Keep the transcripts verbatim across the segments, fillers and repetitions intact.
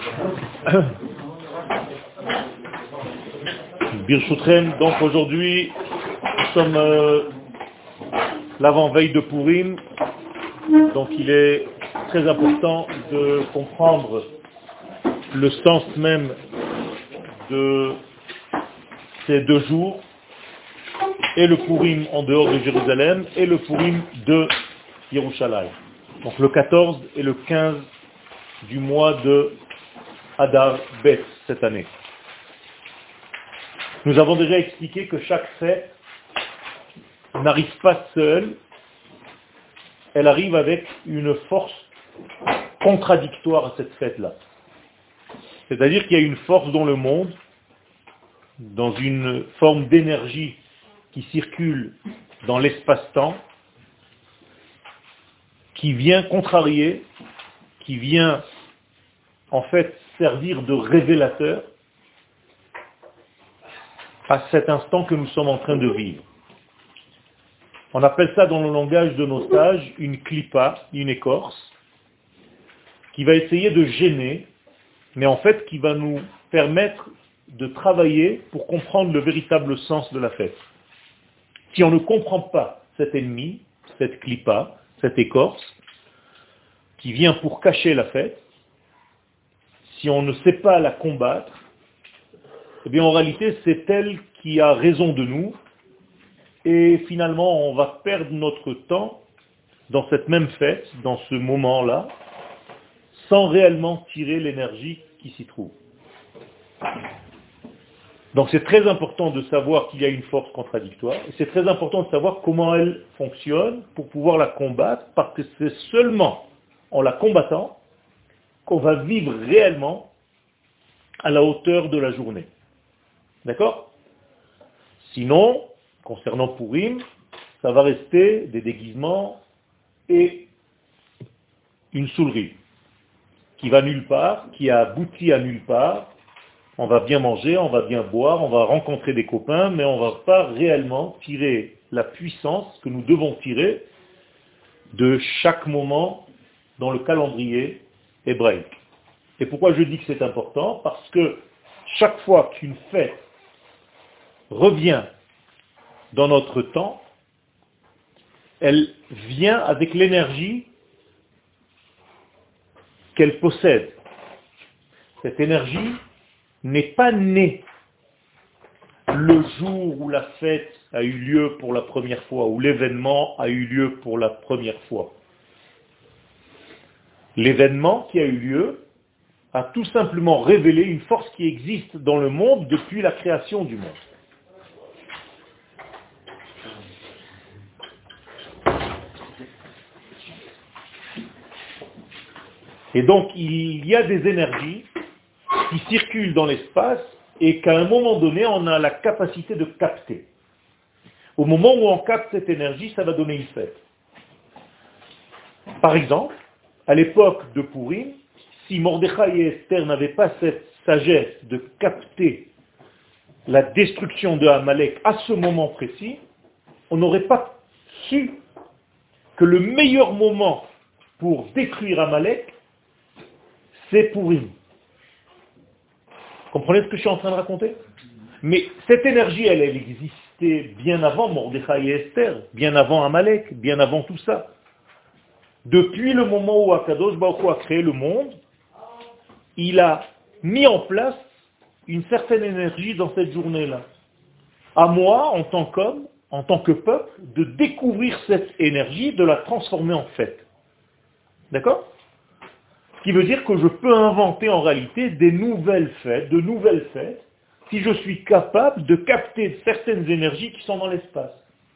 Birshutchem, donc aujourd'hui, nous sommes euh, l'avant-veille de Purim, donc il est très important de comprendre le sens même de ces deux jours, et le Purim en dehors de Jérusalem, et le Purim de Yerushalayim. Donc le quatorze et le quinze du mois de Adar Bet cette année. Nous avons déjà expliqué que chaque fête n'arrive pas seule, elle arrive avec une force contradictoire à cette fête-là. C'est-à-dire qu'il y a une force dans le monde, dans une forme d'énergie qui circule dans l'espace-temps, qui vient contrarier, qui vient en fait servir de révélateur à cet instant que nous sommes en train de vivre. On appelle ça dans le langage de nos sages une clipa, une écorce, qui va essayer de gêner, mais en fait qui va nous permettre de travailler pour comprendre le véritable sens de la fête. Si on ne comprend pas cet ennemi, cette clipa, cette écorce, qui vient pour cacher la fête, si on ne sait pas la combattre, eh bien en réalité c'est elle qui a raison de nous, et finalement on va perdre notre temps dans cette même fête, dans ce moment-là, sans réellement tirer l'énergie qui s'y trouve. Donc c'est très important de savoir qu'il y a une force contradictoire, et c'est très important de savoir comment elle fonctionne pour pouvoir la combattre, parce que c'est seulement en la combattant qu'on va vivre réellement à la hauteur de la journée. D'accord? Sinon, concernant Purim, ça va rester des déguisements et une soulerie qui va nulle part, qui a abouti à nulle part. On va bien manger, on va bien boire, on va rencontrer des copains, mais on ne va pas réellement tirer la puissance que nous devons tirer de chaque moment dans le calendrier hébraïque. Et pourquoi je dis que c'est important? Parce que chaque fois qu'une fête revient dans notre temps, elle vient avec l'énergie qu'elle possède. Cette énergie n'est pas née le jour où la fête a eu lieu pour la première fois, où l'événement a eu lieu pour la première fois. L'événement qui a eu lieu a tout simplement révélé une force qui existe dans le monde depuis la création du monde. Et donc, il y a des énergies qui circulent dans l'espace et qu'à un moment donné, on a la capacité de capter. Au moment où on capte cette énergie, ça va donner une fête. Par exemple, à l'époque de Purim, si Mordechai et Esther n'avaient pas cette sagesse de capter la destruction de Amalek à ce moment précis, on n'aurait pas su que le meilleur moment pour détruire Amalek, c'est Purim. Comprenez ce que je suis en train de raconter? Mais cette énergie, elle, elle existait bien avant Mordechai et Esther, bien avant Amalek, bien avant tout ça. Depuis le moment où Akadosh Baruch Hu a créé le monde, il a mis en place une certaine énergie dans cette journée-là. À moi, en tant qu'homme, en tant que peuple, de découvrir cette énergie, de la transformer en fête. D'accord? Ce qui veut dire que je peux inventer en réalité des nouvelles fêtes, de nouvelles fêtes, si je suis capable de capter certaines énergies qui sont dans l'espace.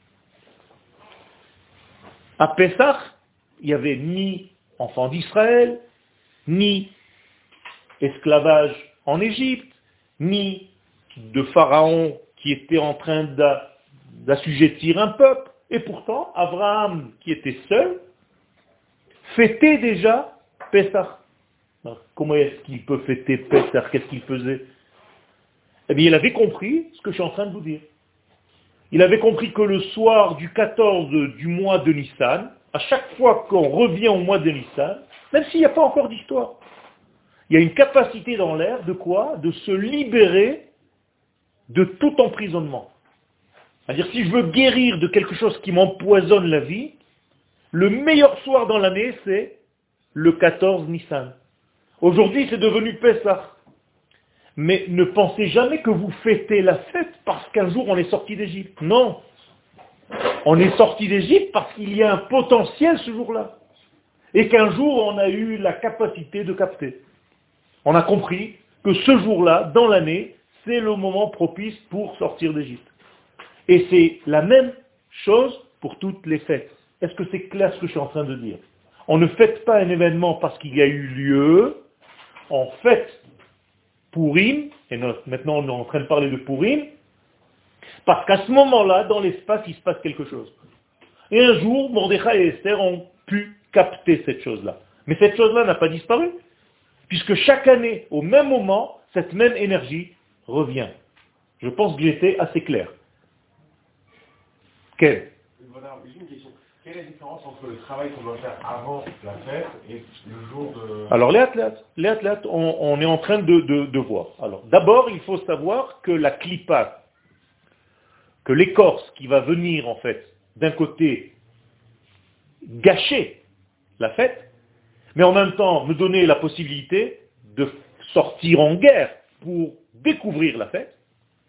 À Pessah, il n'y avait ni enfants d'Israël, ni esclavage en Égypte, ni de Pharaon qui était en train d'a- d'assujettir un peuple. Et pourtant, Abraham, qui était seul, fêtait déjà Pessah. Alors, comment est-ce qu'il peut fêter Pessah? Qu'est-ce qu'il faisait? Eh bien, il avait compris ce que je suis en train de vous dire. Il avait compris que le soir du quatorze du mois de Nissan, à chaque fois qu'on revient au mois de Nissan, même s'il n'y a pas encore d'histoire, Il y a une capacité dans l'air de quoi? De se libérer de tout emprisonnement. C'est-à-dire, si je veux guérir de quelque chose qui m'empoisonne la vie, le meilleur soir dans l'année, c'est le quatorze Nissan. Aujourd'hui, c'est devenu Pessah. Mais ne pensez jamais que vous fêtez la fête parce qu'un jour on est sorti d'Égypte. Non. On est sorti d'Égypte parce qu'il y a un potentiel ce jour-là. Et qu'un jour on a eu la capacité de capter. On a compris que ce jour-là, dans l'année, c'est le moment propice pour sortir d'Égypte. Et c'est la même chose pour toutes les fêtes. Est-ce que c'est clair ce que je suis en train de dire? On ne fête pas un événement parce qu'il y a eu lieu, on fête Purim, et maintenant on est en train de parler de Purim, parce qu'à ce moment-là, dans l'espace, il se passe quelque chose. Et un jour, Mordechai et Esther ont pu capter cette chose-là. Mais cette chose-là n'a pas disparu, puisque chaque année, au même moment, cette même énergie revient. Je pense que j'étais assez clair. Quelle? Voilà, j'ai une question. Quelle est la différence entre le travail qu'on doit faire avant la fête et le jour de... Alors les athlètes, les athlètes, on, on est en train de, de, de voir. Alors d'abord, il faut savoir que la clipa, que l'écorce qui va venir en fait, d'un côté, gâcher la fête, mais en même temps me donner la possibilité de sortir en guerre pour découvrir la fête,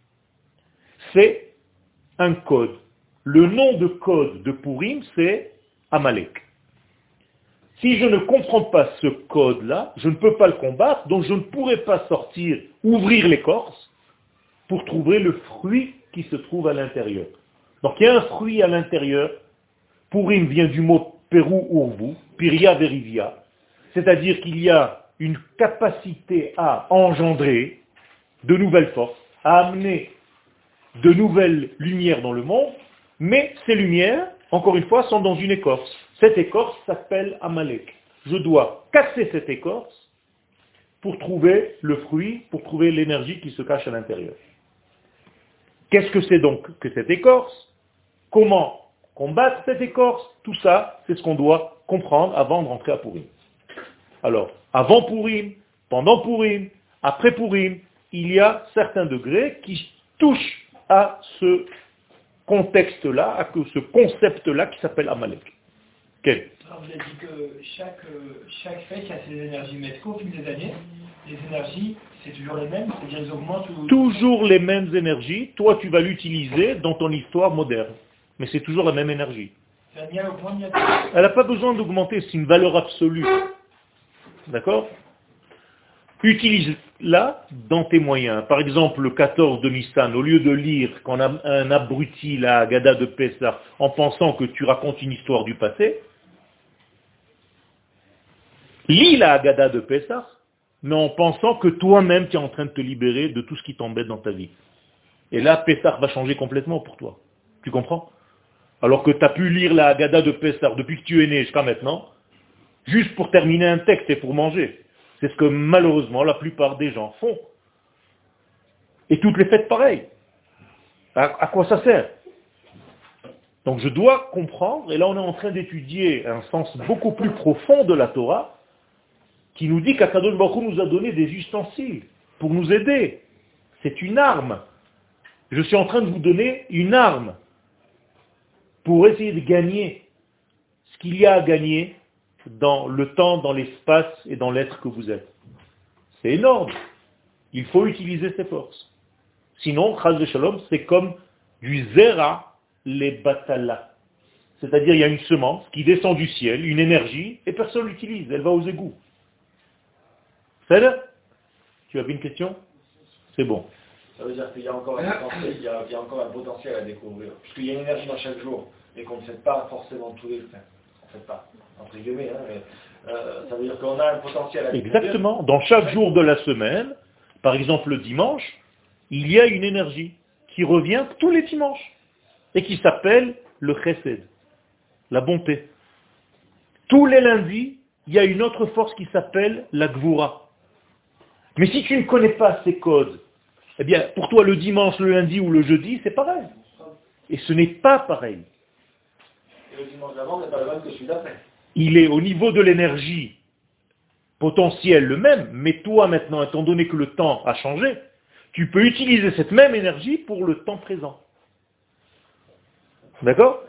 c'est un code. Le nom de code de Purim, c'est Amalek. Si je ne comprends pas ce code-là, je ne peux pas le combattre, donc je ne pourrai pas sortir, ouvrir l'écorce, pour trouver le fruit qui se trouve à l'intérieur. Donc il y a un fruit à l'intérieur. Purim vient du mot Peru Urvu, Piria Verivia, c'est-à-dire qu'il y a une capacité à engendrer de nouvelles forces, à amener de nouvelles lumières dans le monde, mais ces lumières, encore une fois, sont dans une écorce. Cette écorce s'appelle Amalek. Je dois casser cette écorce pour trouver le fruit, pour trouver l'énergie qui se cache à l'intérieur. Qu'est-ce que c'est donc que cette écorce? Comment combattre cette écorce? Tout ça, c'est ce qu'on doit comprendre avant de rentrer à Purim. Alors, avant Purim, pendant Purim, après Purim, il y a certains degrés qui touchent à ce contexte-là, à ce concept-là qui s'appelle Amalek. Quel? Alors, vous avez dit que chaque, chaque fête a ses énergies, mais qu'au fil des années, les énergies, c'est toujours les mêmes, c'est-à-dire elles augmentent ou... Toujours les mêmes énergies, toi tu vas l'utiliser dans ton histoire moderne. Mais c'est toujours la même énergie. C'est un au point de Elle n'a pas besoin d'augmenter, c'est une valeur absolue. D'accord? Utilise-la dans tes moyens. Par exemple, le quatorze de Nissan, au lieu de lire quand un abruti la Haggadah de Pessah en pensant que tu racontes une histoire du passé, lis la Haggadah de Pessah, mais en pensant que toi-même tu es en train de te libérer de tout ce qui t'embête dans ta vie. Et là, Pessah va changer complètement pour toi. Tu comprends? Alors que tu as pu lire la Haggadah de Pessah depuis que tu es né jusqu'à maintenant, juste pour terminer un texte et pour manger. C'est ce que malheureusement la plupart des gens font. Et toutes les fêtes pareilles. À, à quoi ça sert? Donc je dois comprendre, et là on est en train d'étudier un sens beaucoup plus profond de la Torah, qui nous dit qu'Akadosh Baruch Hu nous a donné des ustensiles pour nous aider. C'est une arme. Je suis en train de vous donner une arme pour essayer de gagner ce qu'il y a à gagner dans le temps, dans l'espace et dans l'être que vous êtes. C'est énorme. Il faut utiliser ses forces. Sinon, Chaz Shalom, c'est comme du zera les batala. C'est-à-dire, il y a une semence qui descend du ciel, une énergie, et personne ne l'utilise, elle va aux égouts. C'est là? Tu avais une question? C'est bon. Ça veut dire qu'il y a encore un potentiel, il y a, il y a encore un potentiel à découvrir. Puisqu'il y a une énergie dans chaque jour, et qu'on ne fait pas forcément tous les... Enfin, on ne fait pas, entre guillemets, hein, mais euh, ça veut dire qu'on a un potentiel à découvrir. Exactement. Dans chaque jour de la semaine, par exemple le dimanche, il y a une énergie qui revient tous les dimanches, et qui s'appelle le chesed, la bonté. Tous les lundis, il y a une autre force qui s'appelle la gvura. Mais si tu ne connais pas ces codes, eh bien, pour toi, le dimanche, le lundi ou le jeudi, c'est pareil. Et ce n'est pas pareil. Et le dimanche d'avant n'est pas le même que celui d'après. Il est au niveau de l'énergie potentiel le même, mais toi maintenant, étant donné que le temps a changé, tu peux utiliser cette même énergie pour le temps présent. D'accord?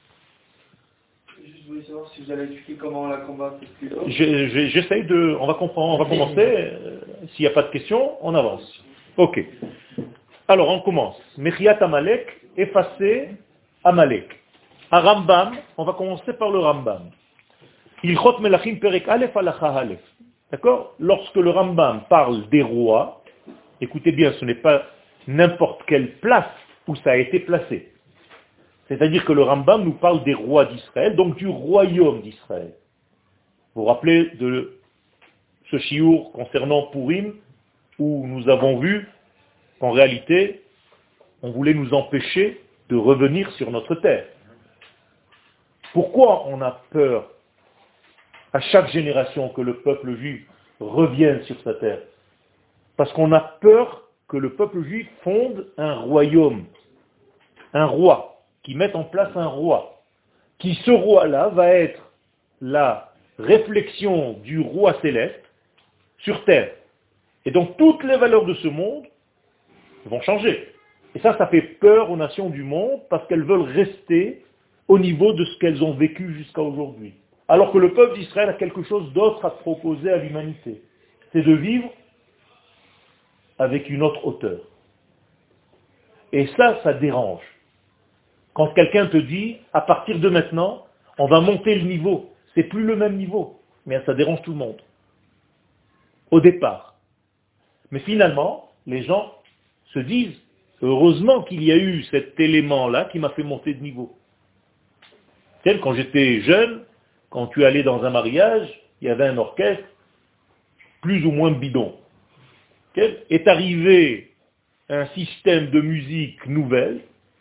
Je voulais savoir si vous allez expliquer comment la combattre plus tôt. Je- je- J'essaye de... On va comprendre, on va commencer. Euh, S'il n'y a pas de questions, on avance. Ok. Alors, on commence. Mechiat Amalek, effacer Amalek. À Rambam, on va commencer par le Rambam. Ilchot Melachim Perek Aleph Halacha Aleph. D'accord? Lorsque le Rambam parle des rois, écoutez bien, ce n'est pas n'importe quelle place où ça a été placé. C'est-à-dire que le Rambam nous parle des rois d'Israël, donc du royaume d'Israël. Vous vous rappelez de ce chiour concernant Purim, où nous avons vu qu'en réalité, on voulait nous empêcher de revenir sur notre terre. Pourquoi on a peur à chaque génération que le peuple juif revienne sur sa terre? Parce qu'on a peur que le peuple juif fonde un royaume, un roi, qui mette en place un roi, qui ce roi-là va être la réflexion du roi céleste sur terre. Et donc toutes les valeurs de ce monde vont changer. Et ça, ça fait peur aux nations du monde parce qu'elles veulent rester au niveau de ce qu'elles ont vécu jusqu'à aujourd'hui. Alors que le peuple d'Israël a quelque chose d'autre à proposer à l'humanité. C'est de vivre avec une autre hauteur. Et ça, ça dérange. Quand quelqu'un te dit, à partir de maintenant, on va monter le niveau. C'est plus le même niveau. Mais ça dérange tout le monde. Au départ. Mais finalement, les gens se disent, heureusement qu'il y a eu cet élément-là qui m'a fait monter de niveau. Tel, quand j'étais jeune, quand tu allais dans un mariage, il y avait un orchestre plus ou moins bidon. Tel, est arrivé un système de musique nouvelle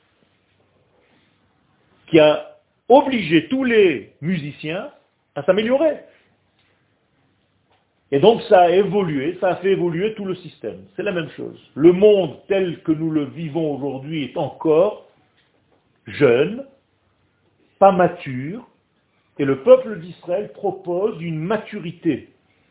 qui a obligé tous les musiciens à s'améliorer. Et donc ça a évolué, ça a fait évoluer tout le système. C'est la même chose. Le monde tel que nous le vivons aujourd'hui est encore jeune, pas mature, et le peuple d'Israël propose une maturité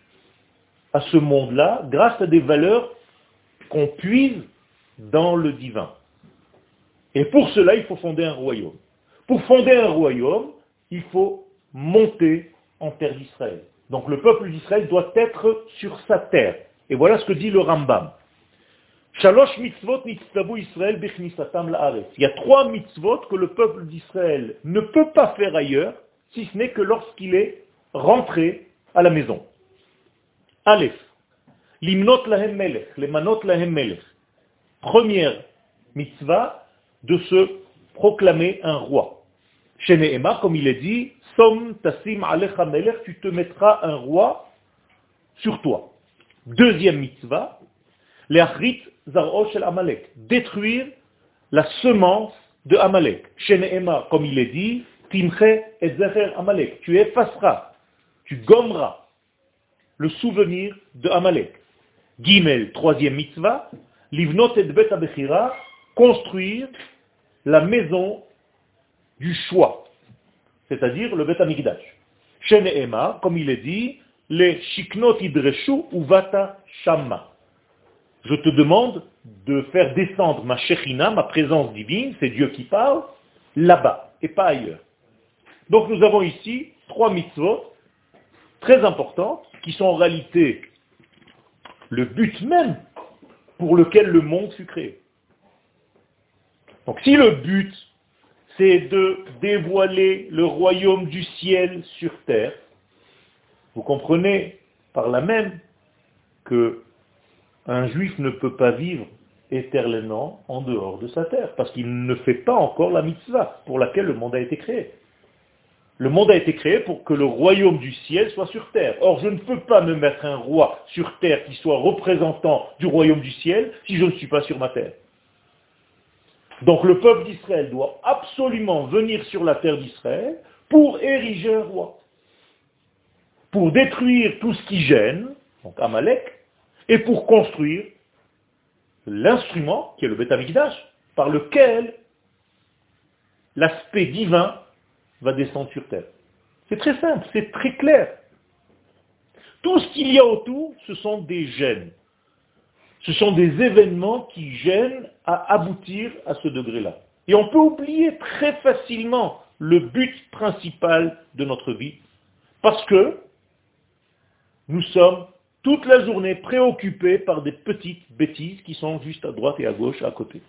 à ce monde-là grâce à des valeurs qu'on puise dans le divin. Et pour cela, il faut fonder un royaume. Pour fonder un royaume, il faut monter en terre d'Israël. Donc le peuple d'Israël doit être sur sa terre. Et voilà ce que dit le Rambam. Shalosh mitzvot nitztavu Israël bechnisatam la'aretz. Il y a trois mitzvot que le peuple d'Israël ne peut pas faire ailleurs, si ce n'est que lorsqu'il est rentré à la maison. Aleph. Limnot lahem melech, lemanot lahem melech. Première mitzvah, de se proclamer un roi. Chez Nehema, comme il est dit, Som tasim alecha melech, tu te mettras un roi sur toi. Deuxième mitzvah, leachrit zar'o shel Amalek, détruire la semence de Amalek. Chez Nehema, comme il est dit, timche et zecher Amalek, tu effaceras, tu gommeras le souvenir de Amalek. Gimel, troisième mitzvah, livnot et bet abechira, construire la maison du choix, c'est-à-dire le Bet Amikdash. Chez Nehema, comme il est dit, les shiknot idreshu uvata shamma. Je te demande de faire descendre ma shechina, ma présence divine, c'est Dieu qui parle, là-bas, et pas ailleurs. Donc nous avons ici trois mitzvot très importantes, qui sont en réalité le but même pour lequel le monde fut créé. Donc si le but, c'est de dévoiler le royaume du ciel sur terre, vous comprenez par là même que un juif ne peut pas vivre éternellement en dehors de sa terre, parce qu'il ne fait pas encore la mitzvah pour laquelle le monde a été créé. Le monde a été créé pour que le royaume du ciel soit sur terre. Or, je ne peux pas me mettre un roi sur terre qui soit représentant du royaume du ciel si je ne suis pas sur ma terre. Donc le peuple d'Israël doit absolument venir sur la terre d'Israël pour ériger un roi. Pour détruire tout ce qui gêne, donc Amalek, et pour construire l'instrument, qui est le Beth Amikdash, par lequel l'aspect divin va descendre sur terre. C'est très simple, c'est très clair. Tout ce qu'il y a autour, ce sont des gènes. Ce sont des événements qui gênent à aboutir à ce degré-là. Et on peut oublier très facilement le but principal de notre vie, parce que nous sommes toute la journée préoccupés par des petites bêtises qui sont juste à droite et à gauche, à côté.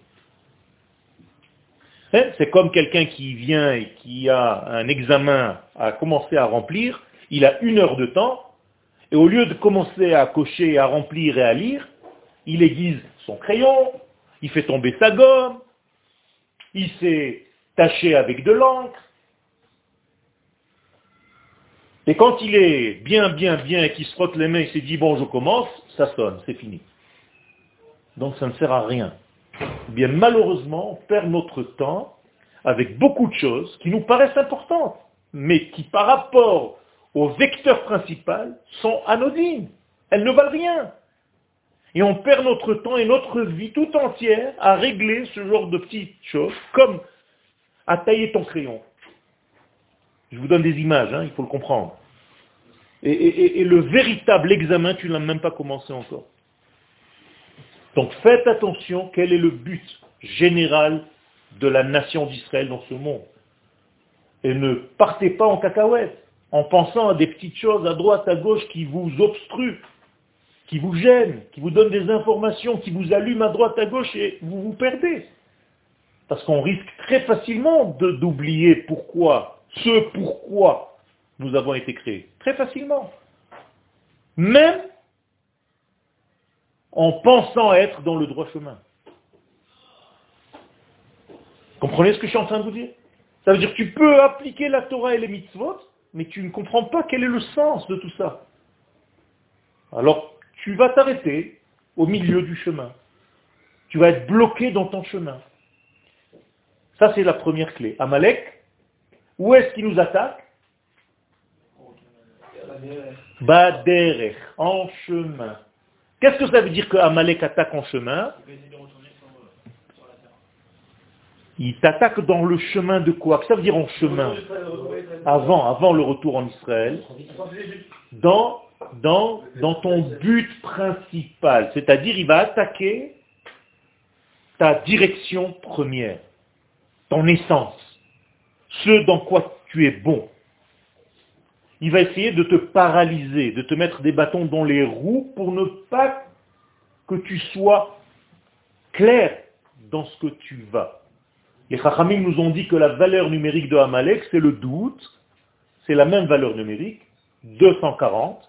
C'est comme quelqu'un qui vient et qui a un examen à commencer à remplir, il a une heure de temps, et au lieu de commencer à cocher, à remplir et à lire, il aiguise son crayon, il fait tomber sa gomme, il s'est taché avec de l'encre. Et quand il est bien, bien, bien et qu'il se frotte les mains, il s'est dit, bon, je commence, ça sonne, c'est fini. Donc ça ne sert à rien. Eh bien, malheureusement, on perd notre temps avec beaucoup de choses qui nous paraissent importantes, mais qui, par rapport au vecteur principal, sont anodines. Elles ne valent rien. Et on perd notre temps et notre vie tout entière à régler ce genre de petites choses, comme à tailler ton crayon. Je vous donne des images, hein, il faut le comprendre. Et, et, et le véritable examen, tu ne l'as même pas commencé encore. Donc faites attention, quel est le but général de la nation d'Israël dans ce monde. Et ne partez pas en cacahuète, en pensant à des petites choses à droite, à gauche qui vous obstruent, qui vous gênent, qui vous donnent des informations, qui vous allument à droite, à gauche et vous vous perdez. Parce qu'on risque très facilement de, d'oublier pourquoi, ce pourquoi nous avons été créés. Très facilement. Même en pensant être dans le droit chemin. Comprenez ce que je suis en train de vous dire? Ça veut dire que tu peux appliquer la Torah et les mitzvot, mais tu ne comprends pas quel est le sens de tout ça. Alors, tu vas t'arrêter au milieu du chemin. Tu vas être bloqué dans ton chemin. Ça, c'est la première clé. Amalek, où est-ce qu'il nous attaque? Baderech, en chemin. Qu'est-ce que ça veut dire que Amalek attaque en chemin? Il t'attaque dans le chemin de quoi? Ça veut dire en chemin. Avant, avant le retour en Israël. Dans, dans, dans ton but principal. C'est-à-dire, il va attaquer ta direction première. Ton essence. Ce dans quoi tu es bon. Il va essayer de te paralyser, de te mettre des bâtons dans les roues pour ne pas que tu sois clair dans ce que tu vas. Les Chachamim nous ont dit que la valeur numérique de Amalek, c'est le doute. C'est la même valeur numérique, deux cent quarante.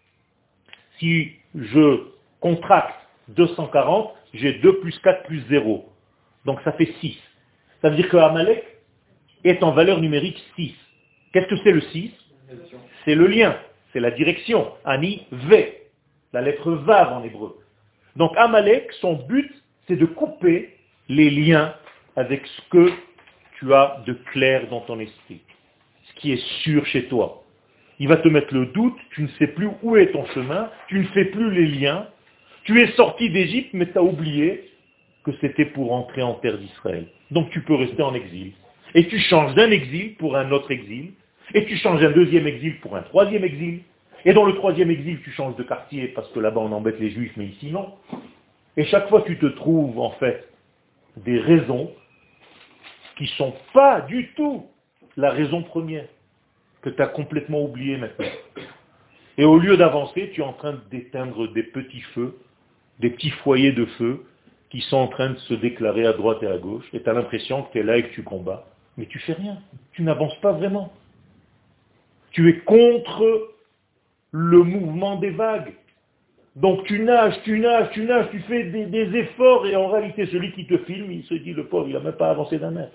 Si je contracte deux cent quarante, j'ai deux plus quatre plus zéro. Donc ça fait six. Ça veut dire que Amalek est en valeur numérique six. Qu'est-ce que c'est le six? C'est le lien, c'est la direction. Ani, V, la lettre Vav en hébreu. Donc Amalek, son but, c'est de couper les liens avec ce que tu as de clair dans ton esprit, ce qui est sûr chez toi. Il va te mettre le doute, tu ne sais plus où est ton chemin, tu ne fais plus les liens, tu es sorti d'Égypte, mais tu as oublié que c'était pour entrer en terre d'Israël. Donc tu peux rester en exil. Et tu changes d'un exil pour un autre exil, et tu changes un deuxième exil pour un troisième exil, et dans le troisième exil, tu changes de quartier parce que là-bas on embête les juifs, mais ici non. Et chaque fois tu te trouves en fait des raisons qui ne sont pas du tout la raison première, que tu as complètement oublié maintenant. Et au lieu d'avancer, tu es en train d'éteindre des petits feux, des petits foyers de feu, qui sont en train de se déclarer à droite et à gauche, et tu as l'impression que tu es là et que tu combats. Mais tu fais rien, tu n'avances pas vraiment. Tu es contre le mouvement des vagues. Donc tu nages, tu nages, tu nages, tu fais des, des efforts, et en réalité, celui qui te filme, il se dit, le pauvre, il n'a même pas avancé d'un mètre.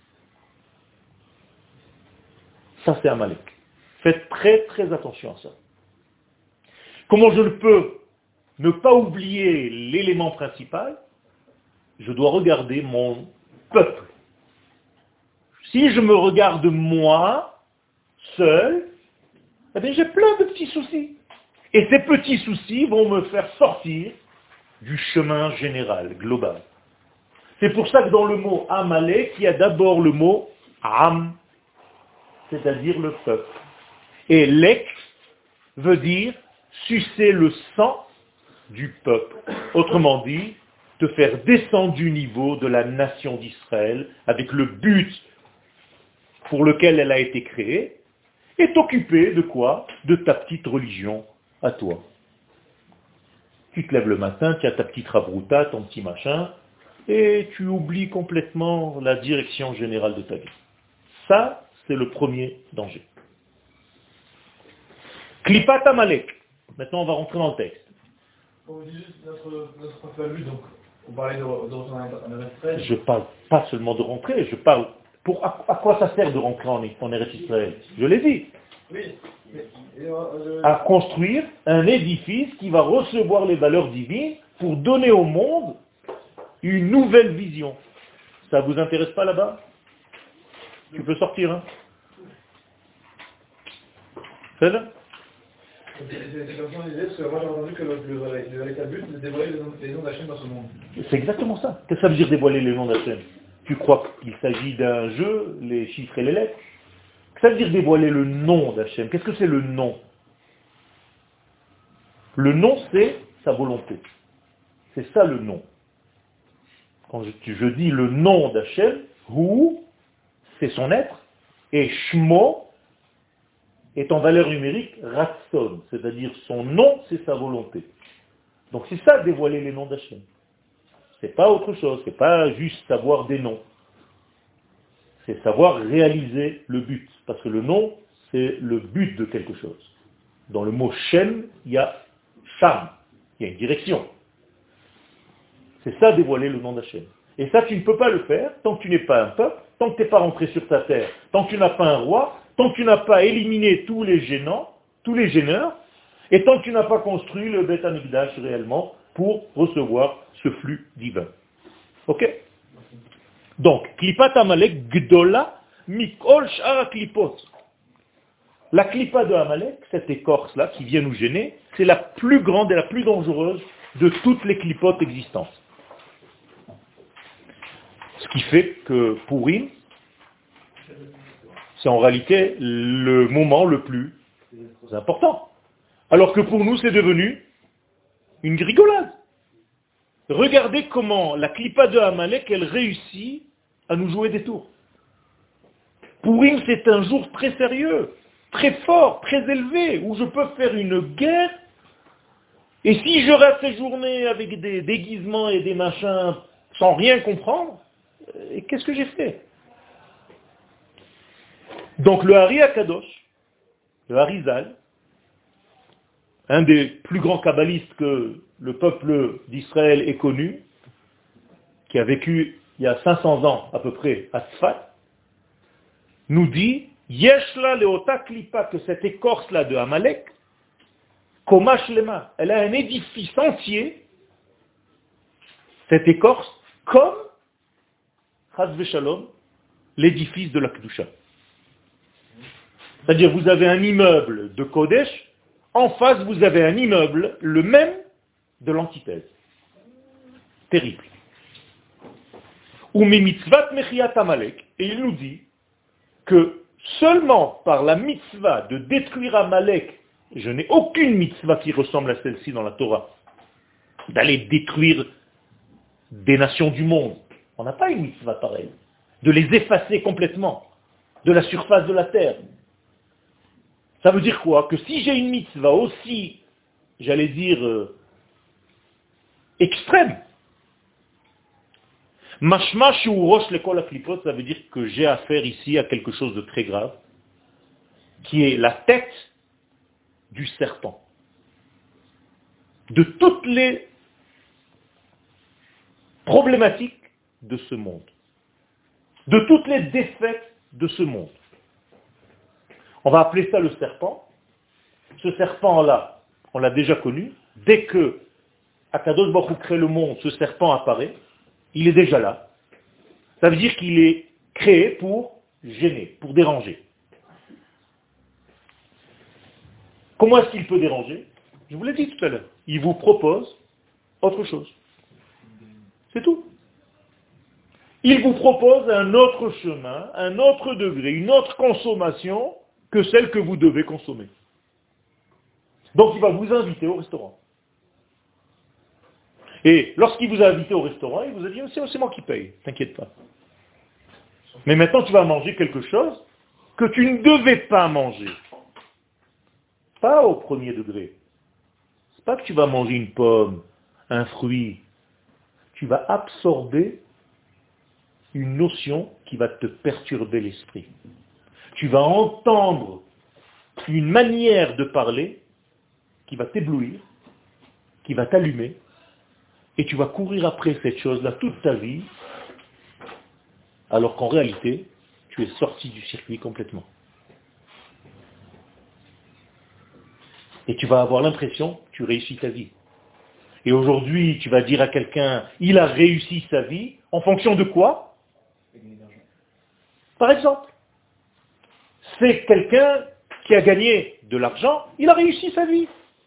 Ça, c'est Amalek. Faites très, très attention à ça. Comment je ne peux ne pas oublier l'élément principal? Je dois regarder mon peuple. Si je me regarde moi, seul, eh bien, j'ai plein de petits soucis. Et ces petits soucis vont me faire sortir du chemin général, global. C'est pour ça que dans le mot Amalek, il y a d'abord le mot Am, c'est-à-dire le peuple. Et Lek veut dire sucer le sang du peuple. Autrement dit, te faire descendre du niveau de la nation d'Israël avec le but pour lequel elle a été créée et t'occuper de quoi? De ta petite religion à toi. Tu te lèves le matin, tu as ta petite rabrouta, ton petit machin, et tu oublies complètement la direction générale de ta vie. Ça, c'est le premier danger. Klipat Amalek. Maintenant, on va rentrer dans le texte. On dit juste notre, notre principal but, donc, on parlait de, de rentrer en Eretz Israël. Je parle pas seulement de rentrer, je parle pour à, à quoi ça sert de rentrer en, en Eretz Israël? Je l'ai dit. Oui. Mais, et, euh, À construire un édifice qui va recevoir les valeurs divines pour donner au monde une nouvelle vision. Ça vous intéresse pas là-bas? Tu peux sortir, hein? Fais-le. C'est comme ça on disait, parce que moi j'ai entendu que le, le, le véritable but, c'est de dévoiler les noms, les noms d'Hachem dans ce monde. C'est exactement ça. Qu'est-ce que ça veut dire dévoiler les noms d'Hachem? Tu crois qu'il s'agit d'un jeu, les chiffres et les lettres? Qu'est-ce que ça veut dire dévoiler le nom d'Hachem? Qu'est-ce que c'est le nom? Le nom, c'est sa volonté. C'est ça le nom. Quand je, je dis le nom d'Hachem, Hu, c'est son être, et Shmo est en valeur numérique Ratson, c'est-à-dire son nom, c'est sa volonté. Donc c'est ça dévoiler les noms d'Hachem. C'est pas autre chose, c'est pas juste savoir des noms. C'est savoir réaliser le but. Parce que le nom, c'est le but de quelque chose. Dans le mot Shem, il y a Sham, il y a une direction. C'est ça dévoiler le nom d'Hachem. Et ça, tu ne peux pas le faire tant que tu n'es pas un peuple, tant que tu n'es pas rentré sur ta terre, tant que tu n'as pas un roi, tant que tu n'as pas éliminé tous les gênants, tous les gêneurs, et tant que tu n'as pas construit le Beth Amikdash réellement pour recevoir ce flux divin. Ok? Donc, Klipat Amalek Gdola Mikol Shara Klipot. La Klipa de Amalek, cette écorce-là qui vient nous gêner, c'est la plus grande et la plus dangereuse de toutes les clipotes existantes. Ce qui fait que Pourim, c'est en réalité le moment le plus important. Alors que pour nous, c'est devenu une rigolade. Regardez comment la Klipa de Amalek, elle réussit à nous jouer des tours. Pourim, c'est un jour très sérieux, très fort, très élevé, où je peux faire une guerre. Et si je reste ces journées avec des déguisements et des machins sans rien comprendre, et qu'est-ce que j'ai fait? Donc le Hari Akadosh, le Harizal, un des plus grands kabbalistes que le peuple d'Israël ait connu, qui a vécu il y a cinq cents ans à peu près à Tzfat, nous dit, Yeshla leota klipa, que cette écorce-là de Amalek, Komash lema, elle a un édifice entier, cette écorce, comme, Chas v'shalom, l'édifice de la Kedusha. C'est-à-dire, vous avez un immeuble de Kodesh, en face, vous avez un immeuble, le même, de l'antithèse. Terrible. Ou mitzvat mechiat Amalek, et il nous dit que seulement par la mitzvah de détruire Amalek, je n'ai aucune mitzvah qui ressemble à celle-ci dans la Torah, d'aller détruire des nations du monde. On n'a pas une mitzvah pareille. De les effacer complètement de la surface de la terre. Ça veut dire quoi? Que si j'ai une mitzvah aussi, j'allais dire, euh, extrême, mashma shu rosh lekol aklipot, ça veut dire que j'ai affaire ici à quelque chose de très grave, qui est la tête du serpent. De toutes les problématiques de ce monde. De toutes les défaites de ce monde. On va appeler ça le serpent. Ce serpent-là, on l'a déjà connu. Dès que Akadosh Baruch Hu crée le monde, ce serpent apparaît. Il est déjà là. Ça veut dire qu'il est créé pour gêner, pour déranger. Comment est-ce qu'il peut déranger? Je vous l'ai dit tout à l'heure. Il vous propose autre chose. C'est tout. Il vous propose un autre chemin, un autre degré, une autre consommation que celle que vous devez consommer. Donc il va vous inviter au restaurant. Et lorsqu'il vous a invité au restaurant, il vous a dit, c'est c'est moi qui paye, t'inquiète pas. Mais maintenant tu vas manger quelque chose que tu ne devais pas manger. Pas au premier degré. C'est pas que tu vas manger une pomme, un fruit. Tu vas absorber une notion qui va te perturber l'esprit. Tu vas entendre une manière de parler qui va t'éblouir, qui va t'allumer, et tu vas courir après cette chose-là toute ta vie, alors qu'en réalité, tu es sorti du circuit complètement. Et tu vas avoir l'impression que tu réussis ta vie. Et aujourd'hui, tu vas dire à quelqu'un, il a réussi sa vie, en fonction de quoi? Par exemple, c'est quelqu'un qui a gagné de l'argent, il a réussi sa vie.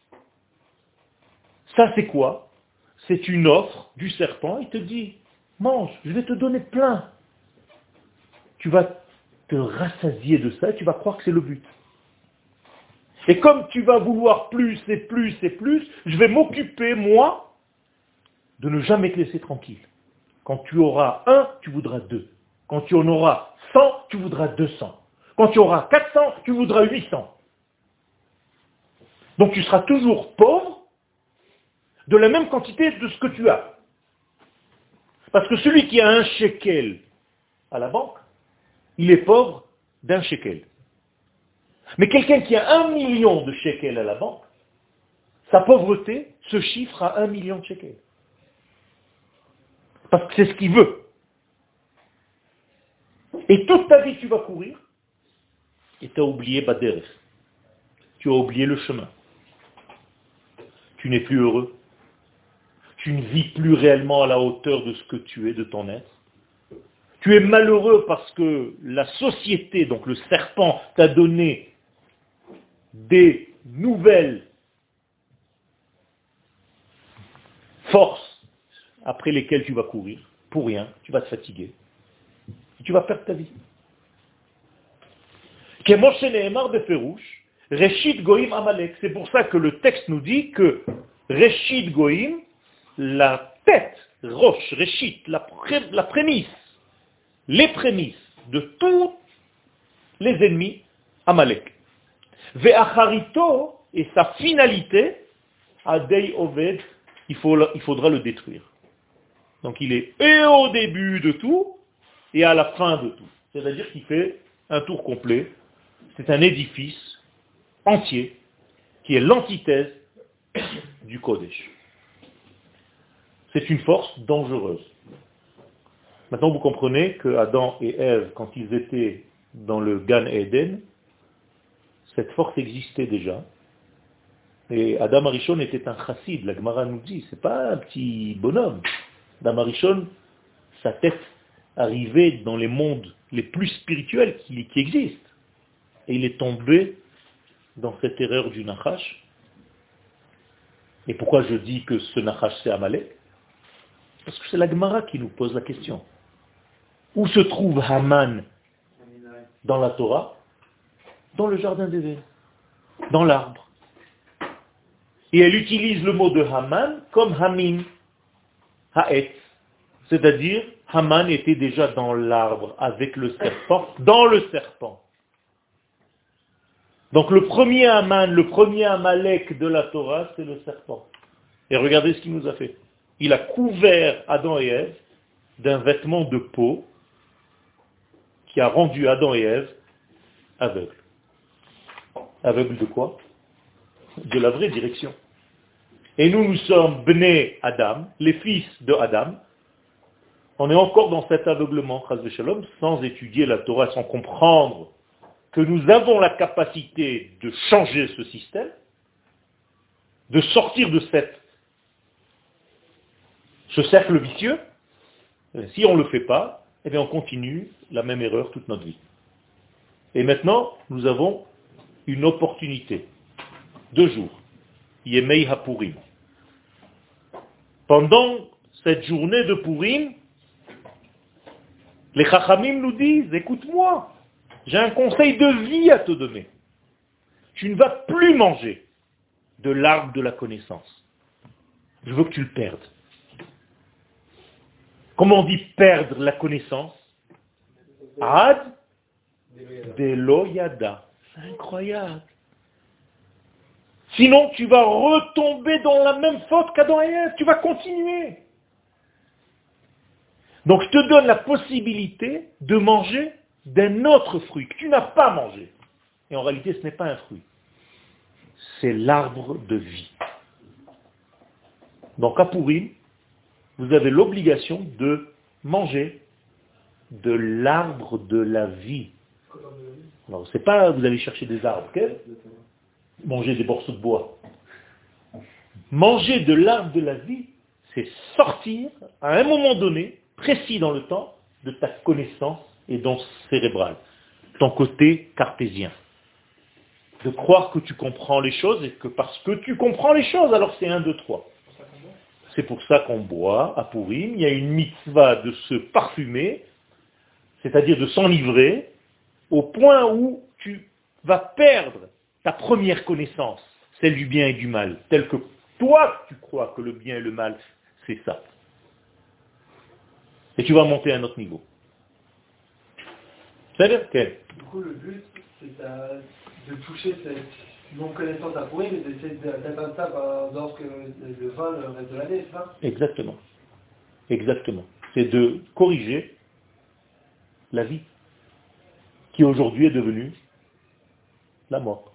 Ça c'est quoi? C'est une offre du serpent, il te dit, mange, je vais te donner plein. Tu vas te rassasier de ça et tu vas croire que c'est le but. Et comme tu vas vouloir plus et plus et plus, je vais m'occuper, moi, de ne jamais te laisser tranquille. Quand tu auras un, tu voudras deux. Quand tu en auras cent, tu voudras deux cents. Quand tu auras quatre cents, tu voudras huit cents. Donc tu seras toujours pauvre de la même quantité de ce que tu as. Parce que celui qui a un shekel à la banque, il est pauvre d'un shekel. Mais quelqu'un qui a un million de shekels à la banque, sa pauvreté se chiffre à un million de shekels. Parce que c'est ce qu'il veut. Et toute ta vie, tu vas courir, et tu as oublié Baderech. Tu as oublié le chemin. Tu n'es plus heureux. Tu ne vis plus réellement à la hauteur de ce que tu es, de ton être. Tu es malheureux parce que la société, donc le serpent, t'a donné des nouvelles forces après lesquelles tu vas courir, pour rien, tu vas te fatiguer. Et tu vas perdre ta vie. Reshit Goïm Amalek. C'est pour ça que le texte nous dit que Reshit Goïm, la tête, Roche, Reshit, la, pré- la prémisse, les prémices de tous les ennemis, Amalek. Ve'acharito, et sa finalité, Adei Oved, il, faut, il faudra le détruire. Donc il est et au début de tout, et à la fin de tout. C'est-à-dire qu'il fait un tour complet. C'est un édifice entier, qui est l'antithèse du Kodesh. C'est une force dangereuse. Maintenant, vous comprenez que Adam et Ève, quand ils étaient dans le Gan Eden, cette force existait déjà. Et Adam Arishon était un chassid, la Gemara nous dit, c'est pas un petit bonhomme. Adam Arishon, sa tête arrivait dans les mondes les plus spirituels qui, qui existent. Et il est tombé dans cette erreur du Nachash. Et pourquoi je dis que ce Nachash c'est Amalek? Parce que c'est la Gemara qui nous pose la question. Où se trouve Haman dans la Torah? Dans le jardin d'Éden, dans l'arbre. Et elle utilise le mot de Haman comme Hamin, Haetz. C'est-à-dire, Haman était déjà dans l'arbre avec le serpent, dans le serpent. Donc le premier Haman, le premier Amalek de la Torah, c'est le serpent. Et regardez ce qu'il nous a fait. Il a couvert Adam et Ève d'un vêtement de peau qui a rendu Adam et Ève aveugles. Aveugles de quoi? De la vraie direction. Et nous, nous sommes Bnei Adam, les fils de Adam. On est encore dans cet aveuglement, Chas v'Shalom, sans étudier la Torah, sans comprendre que nous avons la capacité de changer ce système, de sortir de cette, ce cercle vicieux. Si on ne le fait pas, eh bien on continue la même erreur toute notre vie. Et maintenant, nous avons une opportunité. Deux jours. Yemei HaPurim. Pendant cette journée de Purim, les Chachamim nous disent, écoute-moi, j'ai un conseil de vie à te donner. Tu ne vas plus manger de l'arbre de la connaissance. Je veux que tu le perdes. Comment on dit perdre la connaissance? Ad de loyada. C'est incroyable. Sinon, tu vas retomber dans la même faute qu'Adam et Ève. Tu vas continuer. Donc, je te donne la possibilité de manger d'un autre fruit que tu n'as pas mangé. Et en réalité, ce n'est pas un fruit. C'est l'arbre de vie. Donc, à Pourim, vous avez l'obligation de manger de l'arbre de la vie. Alors, c'est pas vous allez chercher des arbres, ok? Manger des morceaux de bois. Manger de l'arbre de la vie, c'est sortir à un moment donné, précis dans le temps, de ta connaissance et don cérébral, ton côté cartésien. De croire que tu comprends les choses et que parce que tu comprends les choses, alors c'est un, deux, trois. C'est pour ça qu'on boit à Pourim. Il y a une mitzvah de se parfumer, c'est-à-dire de s'enivrer, au point où tu vas perdre ta première connaissance, celle du bien et du mal, telle que toi tu crois que le bien et le mal, c'est ça. Et tu vas monter à un autre niveau. C'est-à-dire que... Du coup, le but, c'est de toucher cette non-connaissance à pourrir, mais d'essayer d'atteindre ça lorsque le vin, le reste de l'année, c'est ça? Exactement. Exactement. C'est de corriger la vie, qui aujourd'hui est devenue la mort.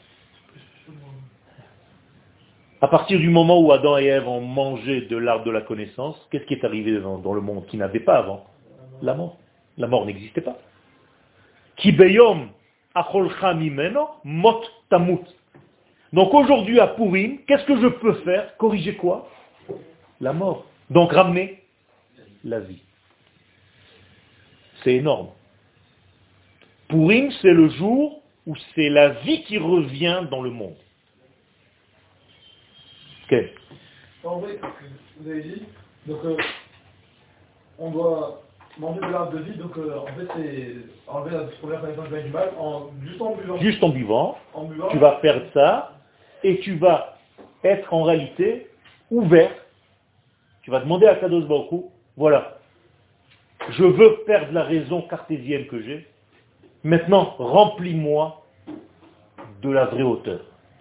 À partir du moment où Adam et Ève ont mangé de l'arbre de la connaissance, qu'est-ce qui est arrivé dans, dans le monde qui n'avait pas avant? La mort. La mort n'existait pas. Ki beyom acholcha mimeno mot tamut. Donc aujourd'hui à Pourim, qu'est-ce que je peux faire? Corriger quoi? La mort. Donc ramener la vie. C'est énorme. Pourim, c'est le jour où c'est la vie qui revient dans le monde. Okay. En vrai, vous avez dit, donc euh, on doit manger de l'arbre de vie, donc euh, en fait c'est enlever la première connaissance du bien et du mal, en, juste en buvant. Juste en buvant, en buvant, tu vas perdre ça, et tu vas être en réalité ouvert. Tu vas demander à Kadosh Baruch Hu, voilà, je veux perdre la raison cartésienne que j'ai, maintenant remplis-moi de la vraie hauteur.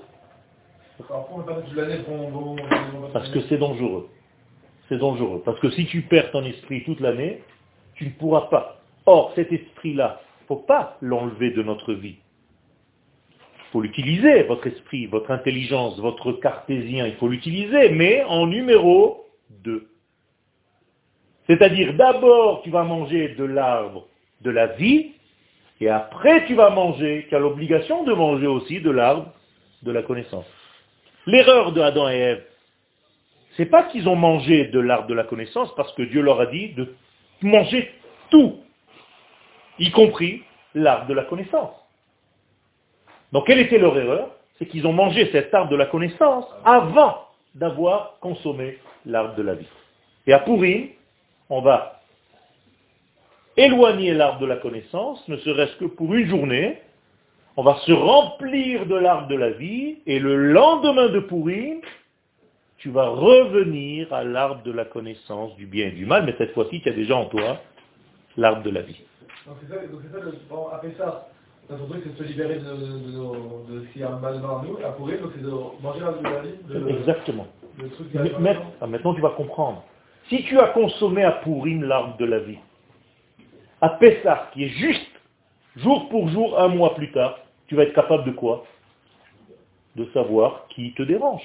Parce que c'est dangereux. C'est dangereux. Parce que si tu perds ton esprit toute l'année, tu ne pourras pas. Or, cet esprit-là, il ne faut pas l'enlever de notre vie. Il faut l'utiliser, votre esprit, votre intelligence, votre cartésien, il faut l'utiliser, mais en numéro deux. C'est-à-dire, d'abord, tu vas manger de l'arbre de la vie, et après, tu vas manger, tu as l'obligation de manger aussi de l'arbre de la connaissance. L'erreur de Adam et Ève, c'est pas qu'ils ont mangé de l'arbre de la connaissance parce que Dieu leur a dit de manger tout, y compris l'arbre de la connaissance. Donc quelle était leur erreur? C'est qu'ils ont mangé cet arbre de la connaissance avant d'avoir consommé l'arbre de la vie. Et à Pourim, on va éloigner l'arbre de la connaissance, ne serait-ce que pour une journée. On va se remplir de l'arbre de la vie, et le lendemain de Pourim, tu vas revenir à l'arbre de la connaissance du bien et du mal, mais cette fois-ci, tu as déjà en toi l'arbre de la vie. Donc c'est ça, donc c'est ça le, bon, après ça, notre truc c'est de se libérer de, de, de, de, de ce qui a mal dans nous, à Pourim, donc c'est de manger l'arbre de la vie. De, Exactement. Le truc Mais, mais, ah, maintenant, tu vas comprendre. Si tu as consommé à Pourim l'arbre de la vie, à Pessah, qui est juste, jour pour jour, un mois plus tard, tu vas être capable de quoi? De savoir qui te dérange.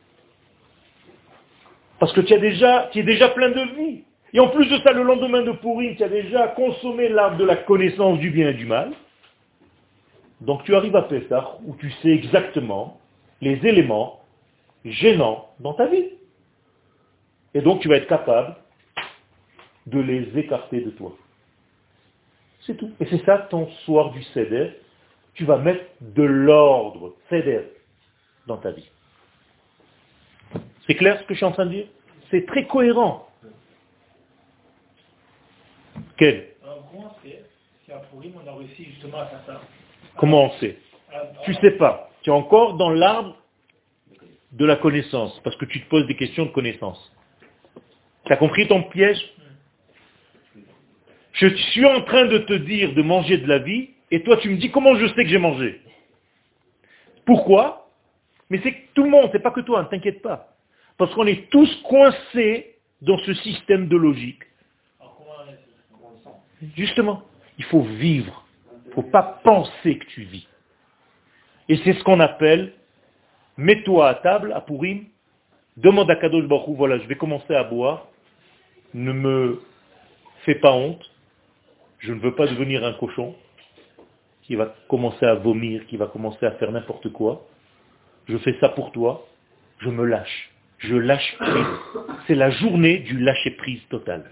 Parce que tu as déjà, tu es déjà plein de vie. Et en plus de ça, le lendemain de Pourim, tu as déjà consommé l'arbre de la connaissance du bien et du mal. Donc tu arrives à Pessah où tu sais exactement les éléments gênants dans ta vie. Et donc tu vas être capable de les écarter de toi. C'est tout. Et c'est ça ton soir du Seder. Tu vas mettre de l'ordre, Seder, dans ta vie. C'est clair ce que je suis en train de dire? C'est très cohérent. Quel? Alors comment on sait si à Pourim on a réussi justement à faire ça? Comment on sait? Tu sais pas. Tu es encore dans l'arbre de la connaissance, parce que tu te poses des questions de connaissance. Tu as compris ton piège? Je suis en train de te dire de manger de la vie, et toi tu me dis comment je sais que j'ai mangé. Pourquoi? Mais c'est tout le monde, c'est pas que toi, ne t'inquiète pas. Parce qu'on est tous coincés dans ce système de logique. Justement, il faut vivre. Il ne faut pas penser que tu vis. Et c'est ce qu'on appelle, mets-toi à table, à Pourim, demande à Kadosh Baruch Hu, voilà, je vais commencer à boire, ne me fais pas honte, je ne veux pas devenir un cochon qui va commencer à vomir, qui va commencer à faire n'importe quoi. Je fais ça pour toi, je me lâche. Je lâche prise. C'est la journée du lâcher-prise total.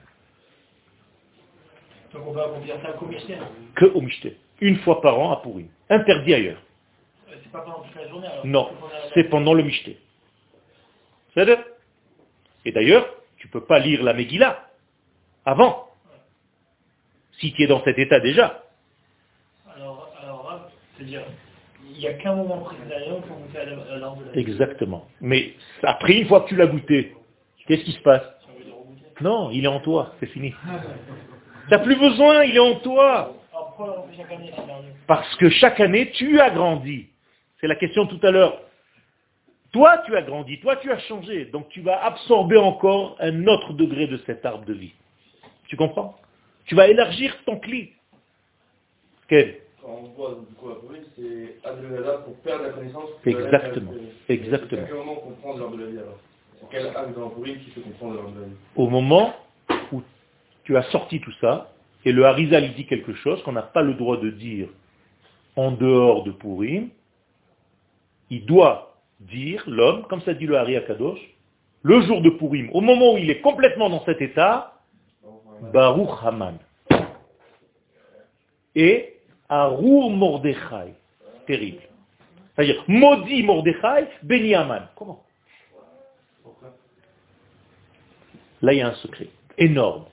Donc on va accomplir ça qu'au Michté. Que au Michté. Une fois par an à Pourim. Interdit ailleurs. C'est pas pendant toute la journée alors? Non, c'est pendant le Michté. C'est-à-dire? Et d'ailleurs, tu ne peux pas lire la Megillah avant. Si tu es dans cet état déjà. Alors, alors c'est-à-dire, il n'y a qu'un moment précédent pour goûter à la langue de la vie. Exactement. Mais après, une fois que tu l'as goûté, qu'est-ce qui se passe? Non, il est en toi, c'est fini. Tu n'as plus besoin, il est en toi. Parce que chaque année, tu as grandi. C'est la question tout à l'heure. Toi, tu as grandi, toi, tu as changé. Donc tu vas absorber encore un autre degré de cet arbre de vie. Tu comprends? Tu vas élargir ton cli. Quel? Quand on voit du coup la Pourim, c'est Advenada pour perdre la connaissance. Exactement. Exactement. À quel moment on comprend l'heure de la vie alors? C'est quel acte dans la Pourim qui fait comprendre l'heure de la vie? Au moment où tu as sorti tout ça, et le Harizal il dit quelque chose qu'on n'a pas le droit de dire en dehors de Pourim, il doit dire, l'homme, comme ça dit le Hari Akadosh, le jour de Pourim, au moment où il est complètement dans cet état, Baruch Haman. Et Arur Mordechai. Terrible. C'est-à-dire, maudit Mordechai, béni Haman. Comment? Là, il y a un secret. Énorme.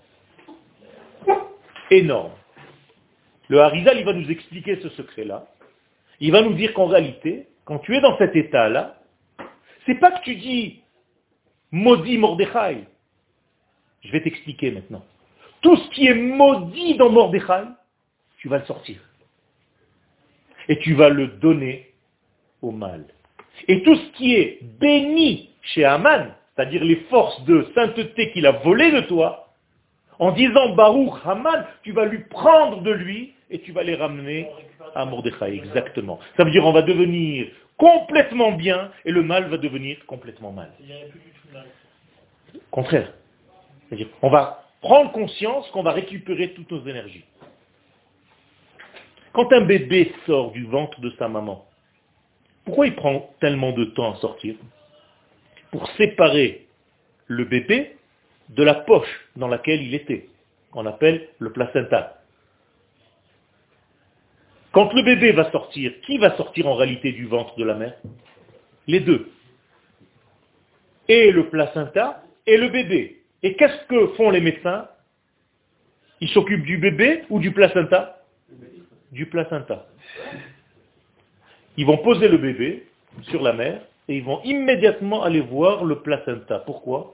Énorme. Le Harizal, il va nous expliquer ce secret-là. Il va nous dire qu'en réalité, quand tu es dans cet état-là, c'est pas que tu dis maudit Mordechai. Je vais t'expliquer maintenant. Tout ce qui est maudit dans Mordechai, tu vas le sortir. Et tu vas le donner au mal. Et tout ce qui est béni chez Haman, c'est-à-dire les forces de sainteté qu'il a volées de toi, en disant Baruch Haman, tu vas lui prendre de lui et tu vas les ramener à Mordechai. Exactement. Ça veut dire on va devenir complètement bien et le mal va devenir complètement mal. Contraire. C'est-à-dire on va prendre conscience qu'on va récupérer toutes nos énergies. Quand un bébé sort du ventre de sa maman, pourquoi il prend tellement de temps à sortir? Pour séparer le bébé de la poche dans laquelle il était, qu'on appelle le placenta. Quand le bébé va sortir, qui va sortir en réalité du ventre de la mère? Les deux. Et le placenta et le bébé. Et qu'est-ce que font les médecins? Ils s'occupent du bébé ou du placenta? Du placenta. Ils vont poser le bébé sur la mère et ils vont immédiatement aller voir le placenta. Pourquoi?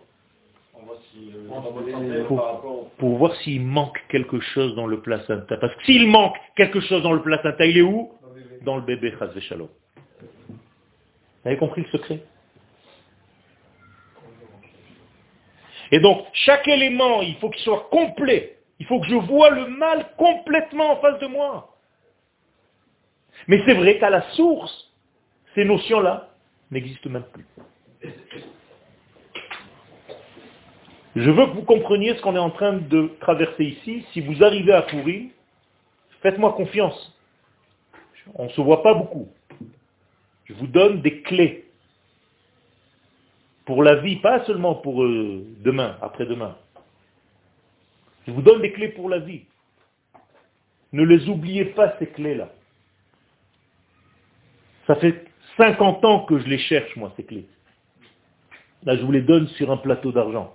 Pour, pour voir s'il manque quelque chose dans le placenta. Parce que s'il manque quelque chose dans le placenta, il est où? Dans le bébé, chas v'shalom. Vous avez compris le secret? Et donc, chaque élément, il faut qu'il soit complet. Il faut que je vois le mal complètement en face de moi. Mais c'est vrai qu'à la source, ces notions-là n'existent même plus. Je veux que vous compreniez ce qu'on est en train de traverser ici. Si vous arrivez à Pourim, faites-moi confiance. On ne se voit pas beaucoup. Je vous donne des clés pour la vie, pas seulement pour euh, demain, après-demain. Je vous donne des clés pour la vie. Ne les oubliez pas, ces clés-là. Ça fait cinquante ans que je les cherche, moi, ces clés. Là, je vous les donne sur un plateau d'argent.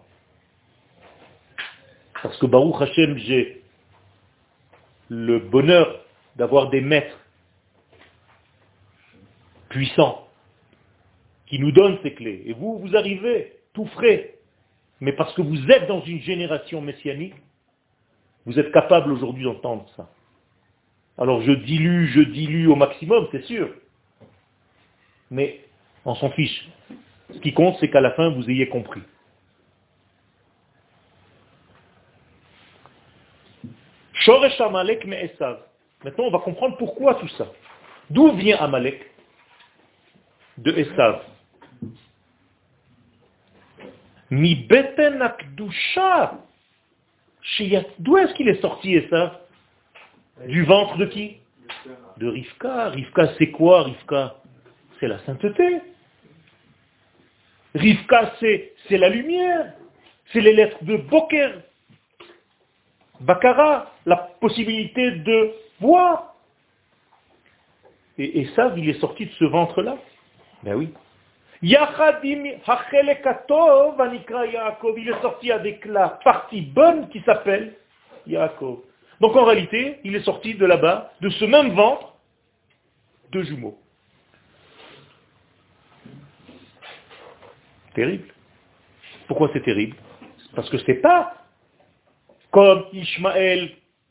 Parce que Baruch Hashem, j'ai le bonheur d'avoir des maîtres puissants qui nous donne ces clés. Et vous, vous arrivez tout frais. Mais parce que vous êtes dans une génération messianique, vous êtes capable aujourd'hui d'entendre ça. Alors je dilue, je dilue au maximum, c'est sûr. Mais on s'en fiche. Ce qui compte, c'est qu'à la fin, vous ayez compris. Shoresh Amalek me Esav. Maintenant, on va comprendre pourquoi tout ça. D'où vient Amalek? De Esav. Mi beten akdusha. D'où est-ce qu'il est sorti Esav? Du ventre de qui? De Rivka. Rivka, c'est quoi Rivka? C'est la sainteté. Rivka, c'est, c'est la lumière. C'est les lettres de Boker. Bakara, la possibilité de voir. Et Esav, il est sorti de ce ventre-là. Ben oui. Yachadim hachelekatov anikra Yaakov. Il est sorti avec la partie bonne qui s'appelle Yaakov. Donc en réalité, il est sorti de là-bas, de ce même ventre, deux jumeaux. Terrible. Pourquoi c'est terrible? Parce que c'est pas comme Ishmaël,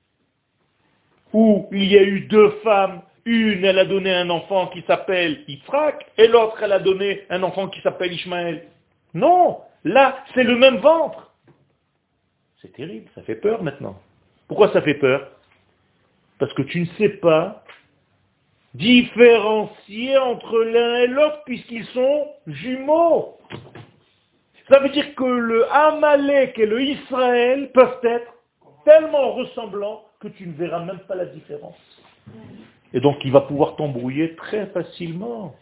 où il y a eu deux femmes, une elle a donné un enfant qui s'appelle Yitzhak, et l'autre elle a donné un enfant qui s'appelle Ishmaël. Non, là c'est le même ventre. C'est terrible, ça fait peur maintenant. Pourquoi ça fait peur? Parce que tu ne sais pas différencier entre l'un et l'autre puisqu'ils sont jumeaux. Ça veut dire que le Amalek et le Israël peuvent être tellement ressemblants que tu ne verras même pas la différence. Et donc il va pouvoir t'embrouiller très facilement.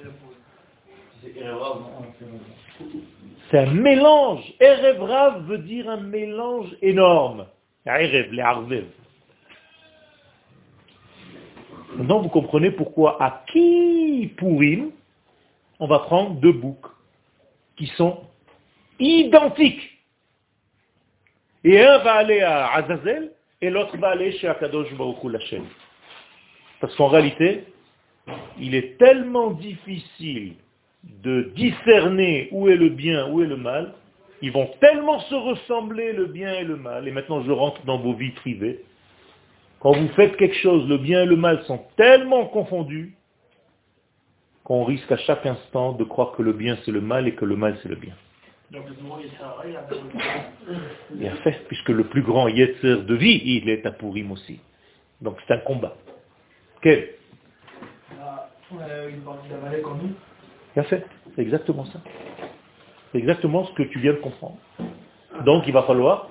C'est un mélange. Erev Rav veut dire un mélange énorme. Erev, les Arvev. Maintenant vous comprenez pourquoi à qui Purim on va prendre deux boucs qui sont identiques. Et un va aller à Azazel et l'autre va aller chez Akadosh Baruch Hu l'Hashem. Parce qu'en réalité, il est tellement difficile de discerner où est le bien, où est le mal. Ils vont tellement se ressembler le bien et le mal. Et maintenant je rentre dans vos vies privées. Quand vous faites quelque chose, le bien et le mal sont tellement confondus qu'on risque à chaque instant de croire que le bien c'est le mal et que le mal c'est le bien. Donc le bureau, il s'arrête, Bien fait, puisque le plus grand yetzer de vie, il est à Purim aussi. Donc c'est un combat. Quel? on a une partie d'Amalek en nous. Bien fait, c'est exactement ça. C'est exactement ce que tu viens de comprendre. Donc il va falloir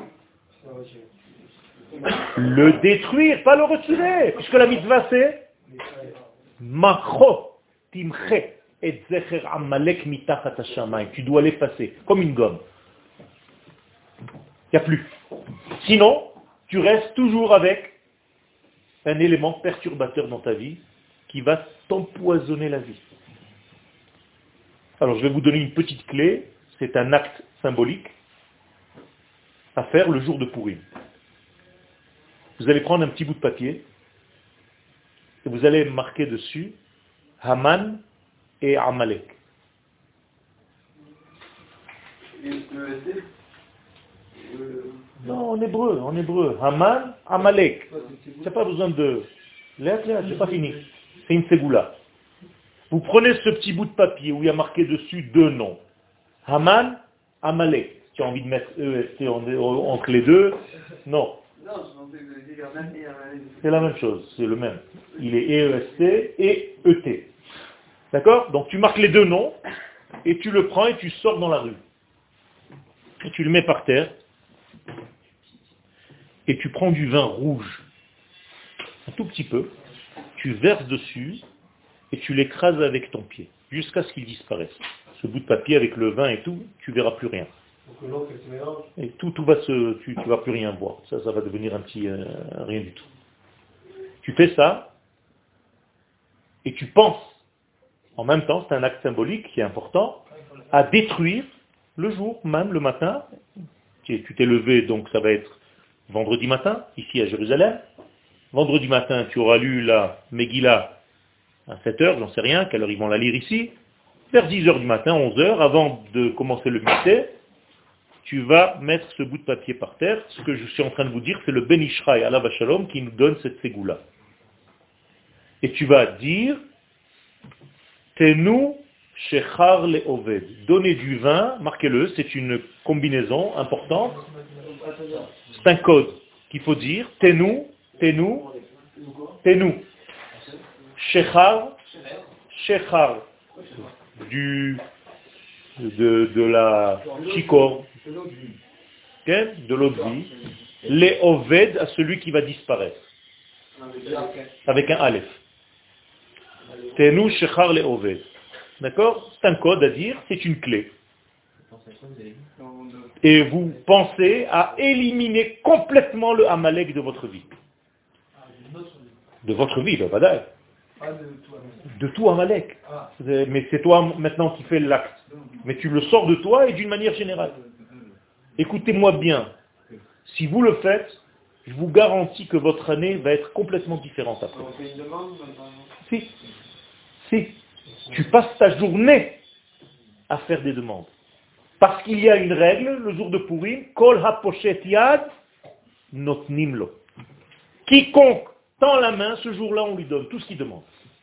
le détruire, pas le retirer, puisque la mitzvah c'est Makro Timche et Zecher Amalek mitachat hashamayim. Tu dois l'effacer, comme une gomme. Il n'y a plus. Sinon, tu restes toujours avec un élément perturbateur dans ta vie qui va t'empoisonner la vie. Alors je vais vous donner une petite clé, c'est un acte symbolique à faire le jour de Purim. Vous allez prendre un petit bout de papier et vous allez marquer dessus Haman et Amalek. Non, en hébreu, en hébreu. Haman, Amalek. Il n'y a pas besoin de... Lettre, là, c'est pas fini. C'est une ségoula. Vous prenez ce petit bout de papier où il y a marqué dessus deux noms. Haman, Amalek. Si tu as envie de mettre E S T entre les deux, non. C'est la même chose, c'est le même. Il est E S T et E T. D'accord? Donc tu marques les deux noms, et tu le prends et tu sors dans la rue. Et tu le mets par terre, et tu prends du vin rouge, un tout petit peu, tu verses dessus, et tu l'écrases avec ton pied, jusqu'à ce qu'il disparaisse. Ce bout de papier avec le vin et tout, tu verras plus rien. Et tout, tout va se, tu, tu vas plus rien voir. Ça, ça va devenir un petit euh, rien du tout. Tu fais ça, et tu penses, en même temps, c'est un acte symbolique qui est important, à détruire le jour, même le matin. Tu t'es levé, donc ça va être vendredi matin, ici à Jérusalem. Vendredi matin, tu auras lu la Megillah à sept heures, j'en sais rien, quelle heure ils vont la lire ici. vers dix heures du matin, onze heures, avant de commencer le mité, tu vas mettre ce bout de papier par terre. Ce que je suis en train de vous dire, c'est le Ben Ishraï Alav Shalom qui nous donne cette ségoula. Et tu vas dire, Tenu Shechar le Oved. Donner du vin, marquez-le, c'est une combinaison importante. C'est un code qu'il faut dire. Tenu, Tenu, Tenu. Shechar, Shechar. Du, de, de la chikor, okay, de l'eau de vie, les oved à celui qui va disparaître, avec un aleph. Tenu shechar les oved. D'accord? C'est un code à dire, c'est une clé. Et vous pensez à éliminer complètement le Amalek de votre vie. De votre vie, le Badaï. De tout Amalek. Mais c'est toi maintenant qui fais l'acte. Mais tu le sors de toi et d'une manière générale. Écoutez-moi bien. Si vous le faites, je vous garantis que votre année va être complètement différente après. Si. Si. Tu passes ta journée à faire des demandes. Parce qu'il y a une règle, le jour de Purim, Kol ha-poshet yad notnim lo. Quiconque tend la main, ce jour-là, on lui donne tout ce qu'il demande.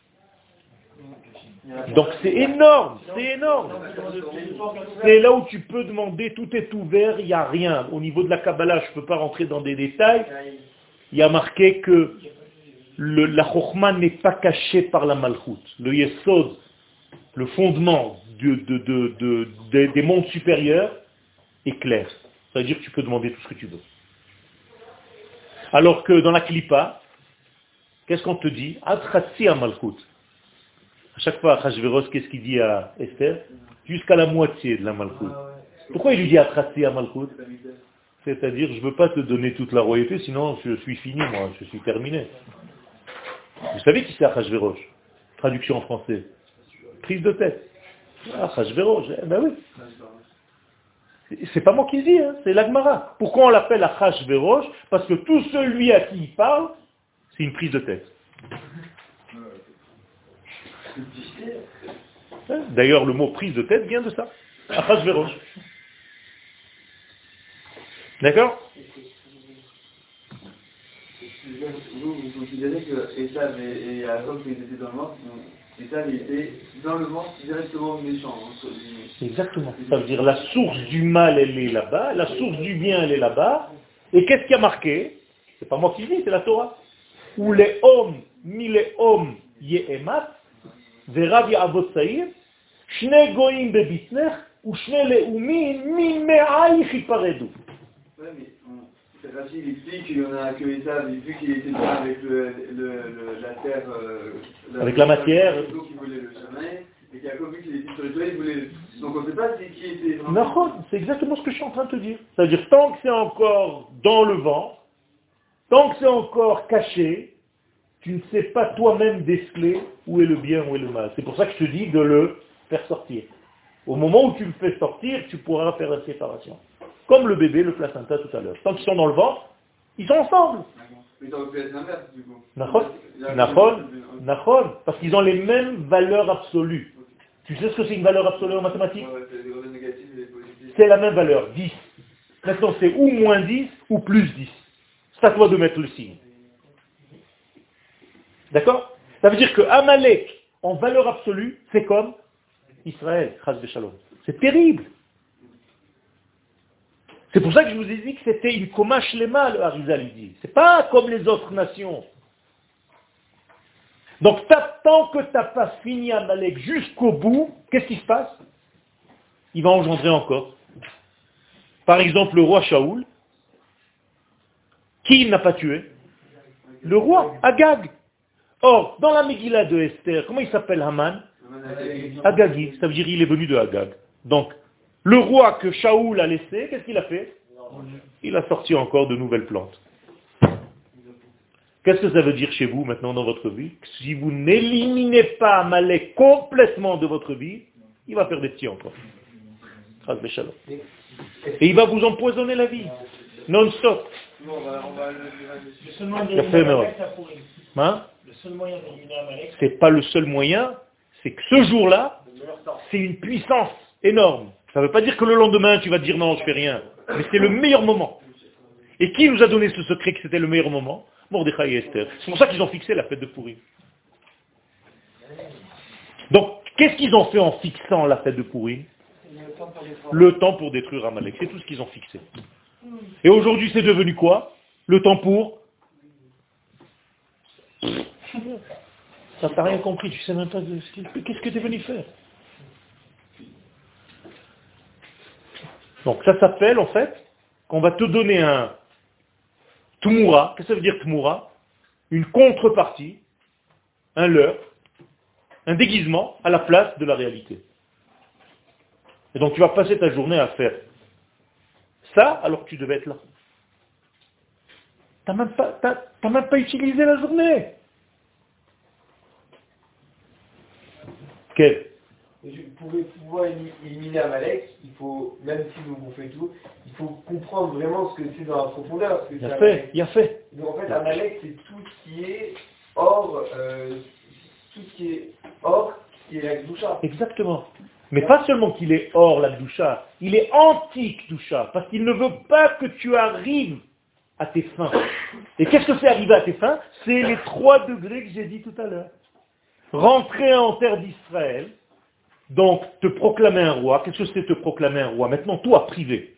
Donc c'est énorme, c'est énorme. C'est là où tu peux demander, tout est ouvert, il n'y a rien. Au niveau de la Kabbalah, je ne peux pas rentrer dans des détails. Il y a marqué que le, la Chokhmah n'est pas cachée par la Malchut. Le Yesod, le fondement de, de, de, de, de, des mondes supérieurs, est clair. Ça veut dire que tu peux demander tout ce que tu veux. Alors que dans la Klippa, qu'est-ce qu'on te dit? Atratsi à Malchut. À chaque fois, Achashverosh, qu'est-ce qu'il dit à Esther? Jusqu'à la moitié de la Malchut. Pourquoi il lui dit Atratsi à Malchut? C'est-à-dire, je ne veux pas te donner toute la royauté, sinon je suis fini, moi, je suis terminé. Vous savez qui c'est Achashverosh? Traduction en français. Prise de tête. Achashverosh, eh ben oui. C'est pas moi qui le dis, hein, c'est l'Agmara. Pourquoi on l'appelle Achashverosh? Parce que tout celui à qui il parle, c'est une prise de tête. D'ailleurs, le mot prise de tête vient de ça. Achashverosh. D'accord? Vous, vous considérez que Esav et Yaakov, ils étaient dans le ventre, Esav était dans le ventre directement méchant. Exactement. Ça veut dire la source du mal, elle est là-bas, la source du bien, elle est là-bas. Et qu'est-ce qui a marqué? C'est pas moi qui dis, c'est la Torah. Où les hommes, ni les hommes, ye'emat, verav ya'avot saïr, shne goyim bebitnech, ou shne le'umin, mi me'aïch yiparedu. Ouais, mais on, Rachid explique qu'il y en a que Esav, vu qu'il était bien avec le, le, le, la terre, euh, la, avec la matière, donc il voulait le chemin, et qu'Yaakov, vu qu'il était sur le toit, il voulait le... Donc on ne sait pas qui était vraiment... Non, c'est exactement ce que je suis en train de te dire. C'est-à-dire, tant que c'est encore dans le ventre, tant que c'est encore caché, tu ne sais pas toi-même déceler où est le bien, où est le mal. C'est pour ça que je te dis de le faire sortir. Au moment où tu le fais sortir, tu pourras faire la séparation. Comme le bébé, le placenta tout à l'heure. Tant qu'ils sont dans le ventre, ils sont ensemble. Mais ça aurait pu être l'inverse, du coup. Nachon, Nachon, Nachon, parce qu'ils ont les mêmes valeurs absolues. Tu sais ce que c'est une valeur absolue en mathématiques? Ouais, c'est les valeurs négatives et les positives. C'est la même valeur, dix. Maintenant, c'est ou moins dix ou plus dix. C'est à toi de mettre le signe. D'accord? Ça veut dire que Amalek, en valeur absolue, c'est comme Israël, Chas v'Shalom. C'est terrible. C'est pour ça que je vous ai dit que c'était une Koma Shlema, le Harizal, il dit. C'est pas comme les autres nations. Donc, tant que tu n'as pas fini Amalek jusqu'au bout, qu'est-ce qui se passe? Il va engendrer encore. Par exemple, le roi Shaoul, qui il n'a pas tué? Le roi, Agag. Or, dans la Megillah de Esther, comment il s'appelle Haman? Agagi, ça veut dire il est venu de Agag. Donc, le roi que Shaoul a laissé, qu'est-ce qu'il a fait? Il a sorti encore de nouvelles plantes. Qu'est-ce que ça veut dire chez vous maintenant dans votre vie? Si vous n'éliminez pas Amalek complètement de votre vie, il va faire des petits encore. Et il va vous empoisonner la vie. Non-stop. Le seul moyen d'éliminer Amalek, c'est Purim. Hein? Le seul moyen d'éliminer Amalek, C'est pas le seul moyen, c'est que ce jour-là, C'est une puissance énorme. Ça ne veut pas dire que le lendemain, tu vas te dire non, je fais rien. Mais c'est le meilleur moment. Et qui nous a donné ce secret que c'était le meilleur moment? Mordechai et Esther. C'est pour ça qu'ils ont fixé la fête de Pourim. Donc, qu'est-ce qu'ils ont fait en fixant la fête de Pourim? Le temps pour détruire Amalek. C'est tout ce qu'ils ont fixé. Et aujourd'hui, c'est devenu quoi? Le temps pour... Ça t'as rien compris, tu sais même pas de... qu'est-ce que tu es venu faire. Donc ça s'appelle en fait qu'on va te donner un Tmoura. Qu'est-ce que ça veut dire Tmoura? Une contrepartie, un leurre, un déguisement à la place de la réalité. Et donc tu vas passer ta journée à faire ça alors que tu devais être là. Tu n'as même, même pas utilisé la journée. Quel? Pour pouvoir éliminer Amalek, il faut, même si vous vous faites tout, il faut comprendre vraiment ce que c'est dans la profondeur. Il a fait, il a fait. Donc en fait, Amalek, c'est tout ce qui est hors, euh, tout ce qui est hors, qui est la Gdoucha. Exactement. Mais pas seulement qu'il est hors la Gdoucha, il est anti-Gdoucha, parce qu'il ne veut pas que tu arrives à tes fins. Et qu'est-ce que c'est arriver à tes fins? C'est les trois degrés que j'ai dit tout à l'heure. Rentrer en terre d'Israël, donc te proclamer un roi. Qu'est-ce que c'est te proclamer un roi? Maintenant, toi, privé.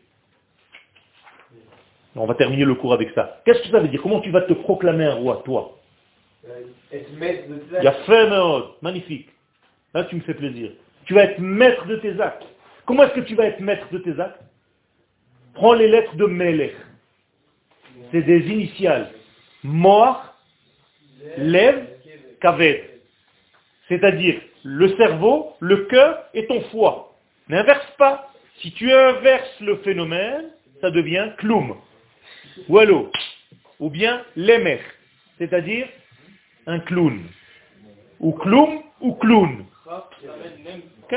On va terminer le cours avec ça. Qu'est-ce que ça veut dire? Comment tu vas te proclamer un roi, toi? Être maître de tes actes. Il y a fait, magnifique. Là, tu me fais plaisir. Tu vas être maître de tes actes. Comment est-ce que tu vas être maître de tes actes? Prends les lettres de Melech. C'est des initiales. Moar, Lev, Kaved. C'est-à-dire le cerveau, le cœur et ton foie. N'inverse pas. Si tu inverses le phénomène, ça devient kloum. Ou allo. Ou bien l'émer. C'est-à-dire un clown. Ou kloum ou clown. Okay?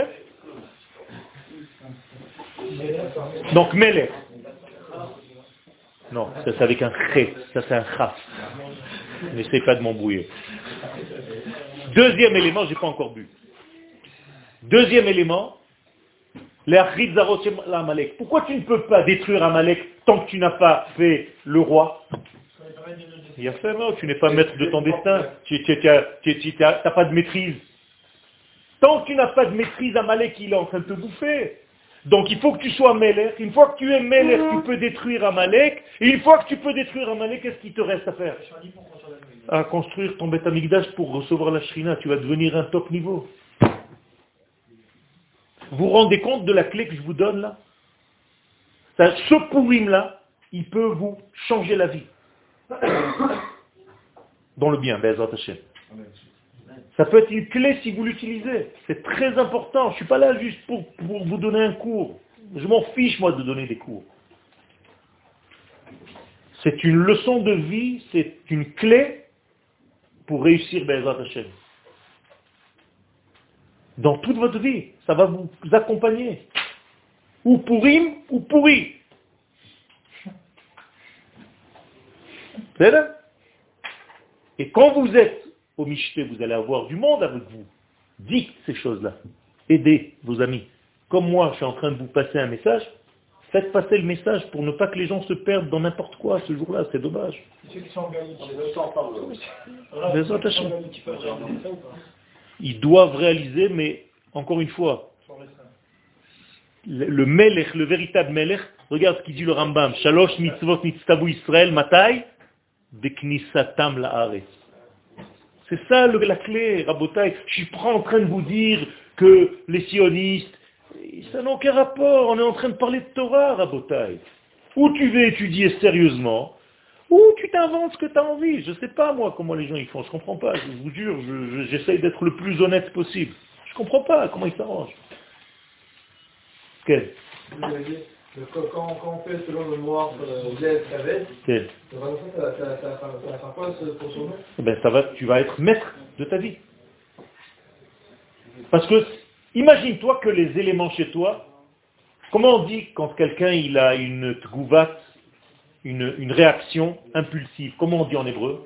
Donc melech. Non, ça c'est avec un ché. Ça c'est un chaf. N'essaie pas de m'embrouiller. Deuxième élément, je n'ai pas encore bu. Deuxième élément, les Achritzarot l'Amalek. Pourquoi tu ne peux pas détruire Amalek tant que tu n'as pas fait le roi? Il y a fait, non, tu n'es pas maître de ton destin, tu n'as pas de maîtrise. Tant que tu n'as pas de maîtrise, Amalek, il est en train de te bouffer. Donc il faut que tu sois Melech. Une fois que tu es Melech, tu peux détruire Amalek. Et une fois que tu peux détruire Amalek, qu'est-ce qu'il te reste à faire? À construire ton Beth Amikdash pour recevoir la Shrina. Tu vas devenir un top niveau. Vous vous rendez compte de la clé que je vous donne là? Ça, ce Pourim là, il peut vous changer la vie. Dans le bien, Be'ezrat Hashem. Ça peut être une clé si vous l'utilisez. C'est très important. Je ne suis pas là juste pour, pour vous donner un cours. Je m'en fiche, moi, de donner des cours. C'est une leçon de vie, c'est une clé pour réussir Be'ezrat Hashem. Dans toute votre vie, ça va vous accompagner. Ou pourim, ou pourri. C'est là. Et quand vous êtes au Michté, vous allez avoir du monde avec vous. Dites ces choses-là. Aidez vos amis. Comme moi, je suis en train de vous passer un message, faites passer le message pour ne pas que les gens se perdent dans n'importe quoi ce jour-là. C'est dommage. Ceux qui sont en Galilée, ils doivent réaliser, mais encore une fois, le, le Melech, le véritable Melech, regarde ce qu'il dit le Rambam. Shalosh mitzvot nitztavu Israël matai beknisatam la'aretz. C'est ça le, la clé, Rabotai. Je suis pas en train de vous dire que les sionistes, ça n'a aucun rapport. On est en train de parler de Torah, Rabotai. Ou tu veux étudier sérieusement, ou tu t'inventes ce que tu as envie. Je ne sais pas, moi, comment les gens ils font. Je ne comprends pas. Je vous jure, je, je, j'essaye d'être le plus honnête possible. Je ne comprends pas comment ils s'arrangent. Quel? Quand, quand on fait selon le noir Lev Kaved, Quel? ça va faire quoi pour son nom? Ben, ça va, tu vas être maître de ta vie. Parce que, imagine-toi que les éléments chez toi, comment on dit quand quelqu'un il a une tgouvat, une, une réaction impulsive, comment on dit en hébreu?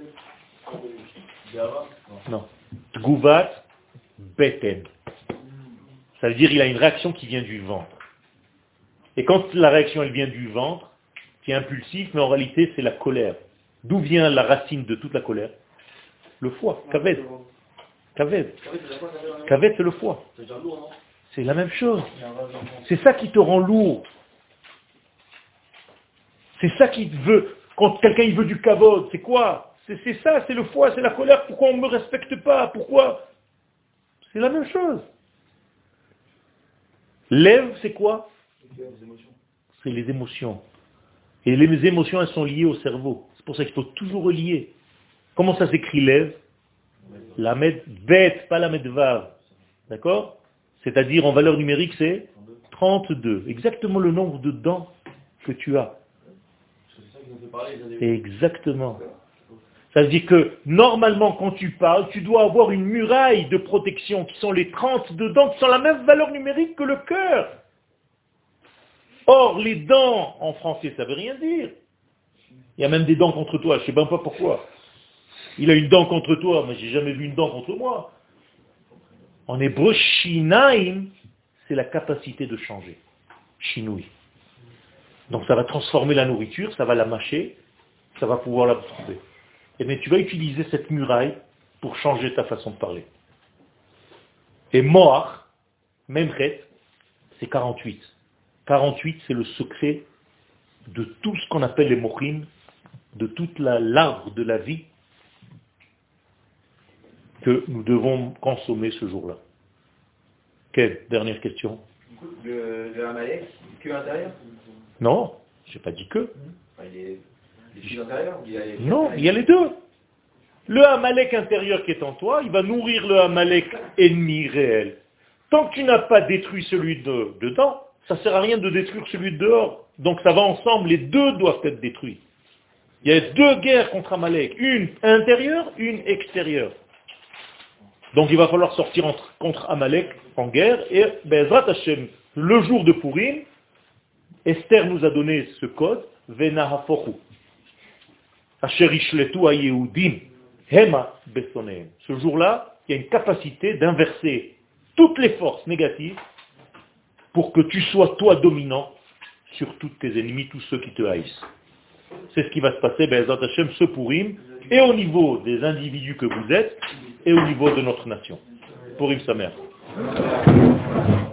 Non. Tgouvat beten. Ça veut dire qu'il a une réaction qui vient du ventre. Et quand la réaction elle vient du ventre, qui est impulsive, mais en réalité c'est la colère. D'où vient la racine de toute la colère? Le foie, kaved. Kaved. Kaved, c'est le foie. C'est la même chose. C'est ça qui te rend lourd. C'est ça qui veut, quand quelqu'un il veut du kavod, c'est quoi? C'est c'est ça, c'est le foie, c'est la colère. Pourquoi on ne me respecte pas? Pourquoi? C'est la même chose. Lève, c'est quoi? C'est les émotions. Et les émotions, elles sont liées au cerveau. C'est pour ça qu'il faut toujours relier. Comment ça s'écrit lève? La med bête, pas la med vav. D'accord? C'est-à-dire en valeur numérique, c'est trente-deux. Exactement le nombre de dents que tu as. Exactement. Ça veut dire que normalement quand tu parles, tu dois avoir une muraille de protection qui sont les trente-deux dents qui sont la même valeur numérique que le cœur. Or, les dents en français, ça veut rien dire. Il y a même des dents contre toi, je ne sais même pas pourquoi. Il a une dent contre toi, mais j'ai jamais vu une dent contre moi. En hébreu, shinaim, c'est la capacité de changer. Shinoui. Donc ça va transformer la nourriture, ça va la mâcher, ça va pouvoir l'absorber. Et bien tu vas utiliser cette muraille pour changer ta façon de parler. Et Moach, Memchet, c'est quarante-huit. quarante-huit, c'est le secret de tout ce qu'on appelle les mochim, de toute la l'arbre de la vie que nous devons consommer ce jour-là. Quelle dernière question? Le, le Amalek, que l'intérieur? Non, je n'ai pas dit que. Enfin, il est les filles intérieures, il y a les Non, il y a les deux. Le Amalek intérieur qui est en toi, il va nourrir le Amalek ennemi réel. Tant que tu n'as pas détruit celui de dedans, ça ne sert à rien de détruire celui de dehors. Donc ça va ensemble, les deux doivent être détruits. Il y a deux guerres contre Amalek, une intérieure, une extérieure. Donc il va falloir sortir entre, contre Amalek en guerre, et Be'ezrat Hashem, le jour de Purim, Esther nous a donné ce code, Venahafochu. Asher ishletu ha-Yehudim, Hema besonehem. Ce jour-là, il y a une capacité d'inverser toutes les forces négatives pour que tu sois toi dominant sur tous tes ennemis, tous ceux qui te haïssent. C'est ce qui va se passer, Be'ezrat Hashem, ce Purim, et au niveau des individus que vous êtes, et au niveau de notre nation. Purim Sameach.